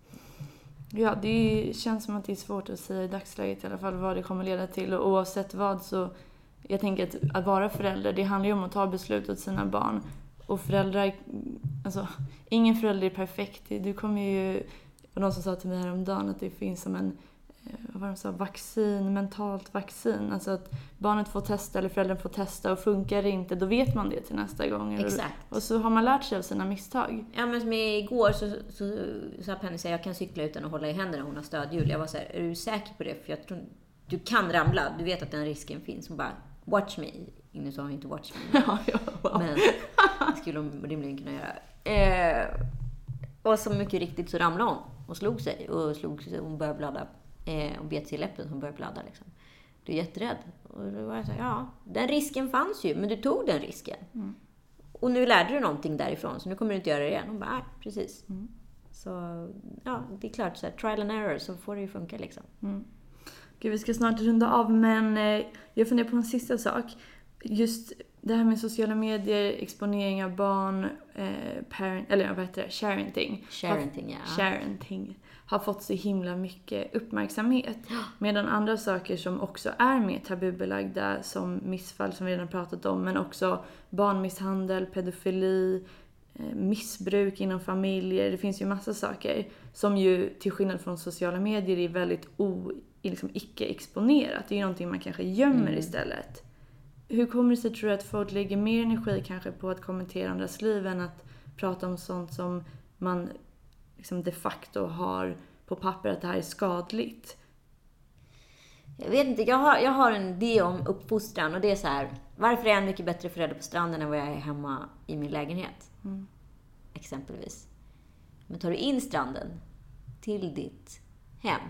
Ja, det känns som att det är svårt att säga i dagsläget i alla fall vad det kommer leda till. Och oavsett vad så, jag tänker att, att vara förälder, det handlar ju om att ta beslut åt sina barn. Och föräldrar, alltså ingen förälder är perfekt. Du kommer ju, och någon som sa till mig häromdagen att det finns som en, vad var de sa, vaccin, mentalt vaccin. Alltså att barnet får testa eller föräldern får testa och funkar det inte, då vet man det till nästa gång. Exakt. Och, och så har man lärt sig av sina misstag. Ja, men som igår så sa Penny att jag kan cykla utan att hålla i händerna, hon har stödhjul. Jag var så här, är du säker på det? För jag tror, du kan ramla, du vet att den risken finns. Hon bara, watch me. Ingen sa inte watch me. Ja, ja, wow. Men det skulle hon rimligen kunna göra. Eh, och så mycket riktigt så ramlade hon och slog sig. Och slog sig, hon började blöda. Eh, och bet sig i läppen, hon började blöda liksom. Du är jätterädd. Och då var jag så här, ja, den risken fanns ju, men du tog den risken. Mm. Och nu lärde du någonting därifrån, så nu kommer du inte göra det igen. Hon bara, nej, precis. Mm. Så, ja, det är klart, så här, trial and error, så får det ju funka liksom. Mm. Gud, vi ska snart runda av, men eh, jag funderar på en sista sak. Just det här med sociala medier, exponering av barn, eh, parent, eller vad heter det? Sharenting. Sharenting, ja. Sharenting har fått så himla mycket uppmärksamhet. Medan andra saker som också är mer tabubelagda, som missfall som vi redan pratat om, men också barnmisshandel, pedofili, eh, missbruk inom familjer. Det finns ju massa saker som ju till skillnad från sociala medier är väldigt o, liksom icke-exponerat. Det är ju någonting man kanske gömmer mm. istället. Hur kommer det sig, tror du, att folk lägger mer energi kanske på att kommentera andras liv än att prata om sånt som man liksom de facto har på papper att det här är skadligt? Jag vet inte, jag har, jag har en idé om uppfostran, och det är så här: varför är jag en mycket bättre förälder på stranden än vad jag är hemma i min lägenhet? Mm. Exempelvis. Men tar du in stranden till ditt hem,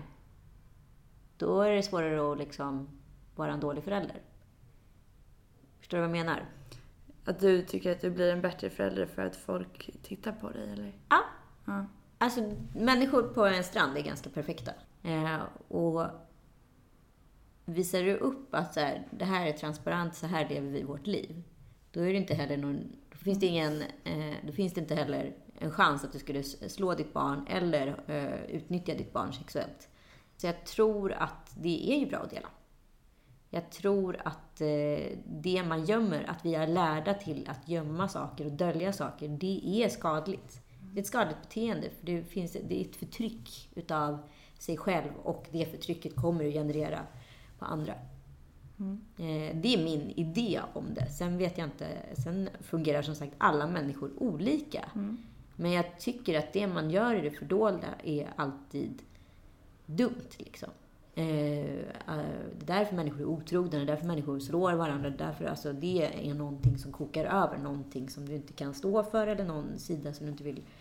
då är det svårare att liksom vara en dålig förälder. Förstår du vad jag menar? Att du tycker att du blir en bättre förälder för att folk tittar på dig, eller? Ja. Ja. Alltså, människor på en strand är ganska perfekta. Eh, och visar du upp att så här, det här är transparent, så här lever vi vårt liv, då är det inte heller någon, då finns det ingen, eh, då finns det inte heller en chans att du skulle slå ditt barn eller eh, utnyttja ditt barn sexuellt. Så jag tror att det är ju bra att dela. Jag tror att eh, det man gömmer, att vi är lärda till att gömma saker och dölja saker, det är skadligt. Det är ett skadligt beteende, för det, finns, det är ett förtryck utav sig själv, och det förtrycket kommer att generera på andra. Mm. Eh, det är min idé om det. Sen vet jag inte, sen fungerar som sagt alla människor olika. Mm. Men jag tycker att det man gör i det fördolda är alltid dumt liksom. Det är därför människor är otrogna, det är därför människor slår varandra, därför alltså det är någonting som kokar över, någonting som du inte kan stå för, eller någon sida som du inte vill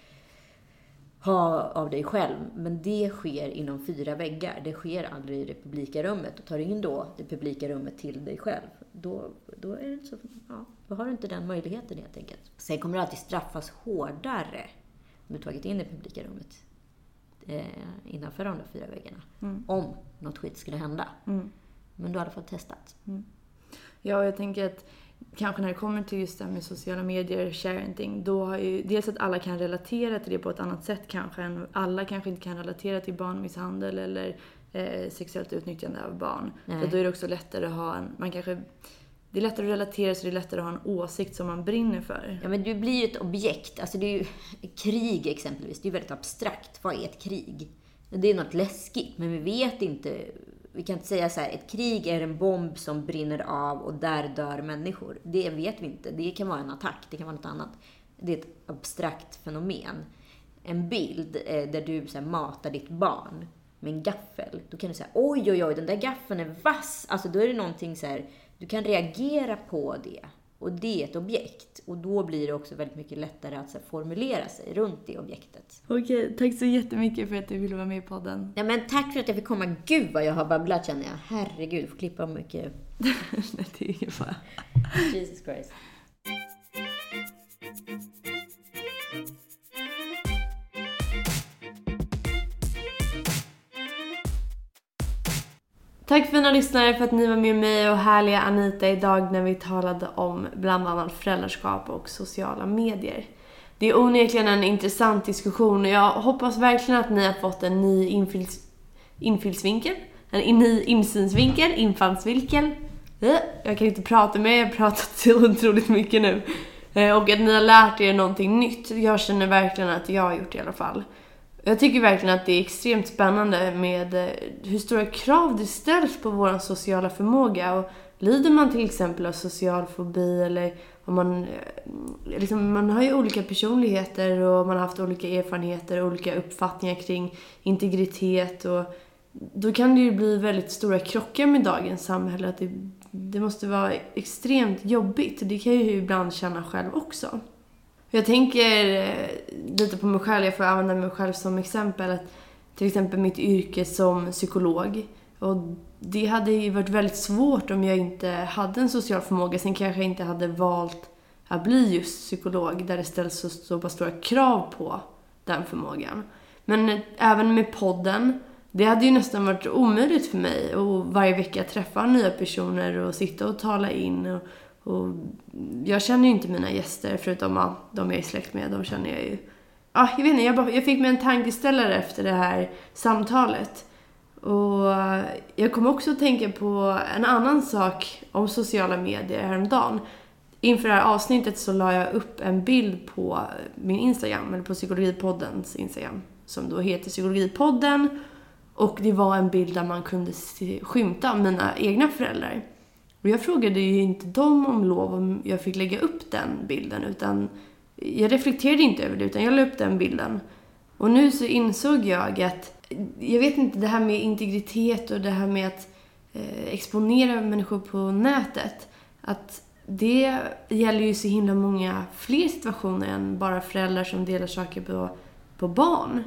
ha av dig själv. Men det sker inom fyra väggar, det sker aldrig i det publika rummet. Och tar du in då det publika rummet till dig själv, då, då, är det så, ja, då har du inte den möjligheten helt enkelt. Sen kommer du alltid straffas hårdare om du tagit in det publika rummet innanför de där fyra väggarna. Mm. Om något skit skulle hända. Mm. Men du har i alla fall testat. Mm. Ja, och jag tänker att kanske när det kommer till just det här med sociala medier, sharenting, då har ju dels att alla kan relatera till det på ett annat sätt kanske än alla kanske inte kan relatera till barnmisshandel eller eh, sexuellt utnyttjande av barn. Nej. Så då är det också lättare att ha en, man kanske, det är lättare att relatera, så det är lättare att ha en åsikt som man brinner för. Ja, men du blir ju ett objekt. Alltså det är ju krig exempelvis. Det är ju väldigt abstrakt. Vad är ett krig? Det är något läskigt, men vi vet inte. Vi kan inte säga så här: ett krig är en bomb som brinner av och där dör människor. Det vet vi inte. Det kan vara en attack, det kan vara något annat. Det är ett abstrakt fenomen. En bild där du så här matar ditt barn med en gaffel. Då kan du säga: oj, oj, oj, den där gaffeln är vass. Alltså då är det någonting så här, du kan reagera på det. Och det är ett objekt. Och då blir det också väldigt mycket lättare att så här, formulera sig runt det objektet. Okej, tack så jättemycket för att du ville vara med i podden. Ja, men tack för att jag fick komma. Gud vad jag har babblat, känner jag. Herregud, jag får klippa mycket. Nej, det är ingen fara. Jesus Christ. Tack fina lyssnare för att ni var med mig och härliga Anita idag när vi talade om bland annat föräldraskap och sociala medier. Det är onekligen en intressant diskussion och jag hoppas verkligen att ni har fått en ny infills, infillsvinkel, en ny insynsvinkel, infallsvinkel. Jag kan inte prata med, jag har pratat så otroligt mycket nu. Och att ni har lärt er någonting nytt. Jag känner verkligen att jag har gjort det i alla fall. Jag tycker verkligen att det är extremt spännande med hur stora krav det ställs på vår sociala förmåga. Och lider man till exempel av social fobi eller om man, liksom, man har ju olika personligheter och man har haft olika erfarenheter och olika uppfattningar kring integritet. Och då kan det ju bli väldigt stora krockar med dagens samhälle. Att det, det måste vara extremt jobbigt. Det kan jag ju ibland känna själv också. Jag tänker lite på mig själv, jag får använda mig själv som exempel. Att till exempel mitt yrke som psykolog. Och det hade ju varit väldigt svårt om jag inte hade en social förmåga. Sen kanske jag inte hade valt att bli just psykolog där det ställs så, så pass stora krav på den förmågan. Men även med podden, det hade ju nästan varit omöjligt för mig att varje vecka träffa nya personer och sitta och tala in. Och, och jag känner ju inte mina gäster förutom ja, de jag är släkt med, de känner jag ju. Ja, jag vet inte, jag, bara, jag fick mig en tankeställare efter det här samtalet. Och jag kom också att tänka på en annan sak om sociala medier häromdagen. Inför det här avsnittet så la jag upp en bild på min Instagram, eller på Psykologipoddens Instagram, som då heter Psykologipodden. Och det var en bild där man kunde se, skymta mina egna föräldrar. Och jag frågade ju inte dem om lov om jag fick lägga upp den bilden, utan jag reflekterade inte över det, utan jag la upp den bilden. Och nu så insåg jag att, jag vet inte, det här med integritet och det här med att eh, exponera människor på nätet, att det gäller ju så himla många fler situationer än bara föräldrar som delar saker på, på barn.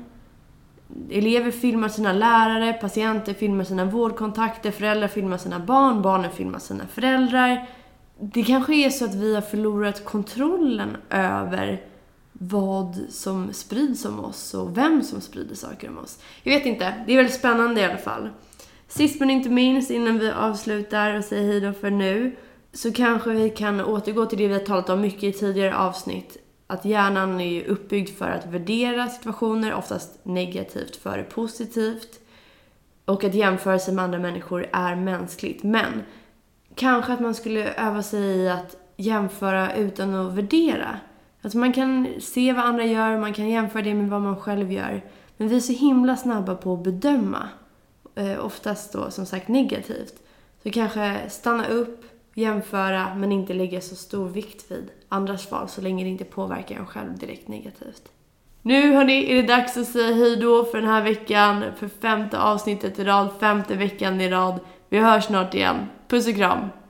Elever filmar sina lärare, patienter filmar sina vårdkontakter, föräldrar filmar sina barn, barnen filmar sina föräldrar. Det kanske är så att vi har förlorat kontrollen över vad som sprids om oss och vem som sprider saker om oss. Jag vet inte, det är väldigt spännande i alla fall. Sist men inte minst, innan vi avslutar och säger hej då för nu, så kanske vi kan återgå till det vi har talat om mycket i tidigare avsnitt. Att hjärnan är uppbyggd för att värdera situationer, oftast negativt före positivt. Och att jämförelse med andra människor är mänskligt. Men kanske att man skulle öva sig i att jämföra utan att värdera. Alltså man kan se vad andra gör, man kan jämföra det med vad man själv gör. Men vi är så himla snabba på att bedöma. Eh, oftast då som sagt negativt. Så kanske stanna upp, jämföra, men inte lägga så stor vikt vid andras val så länge det inte påverkar en själv direkt negativt. Nu hörni, är det dags att säga hej då för den här veckan, för femte avsnittet i rad, femte veckan i rad. Vi hörs snart igen. Puss och kram!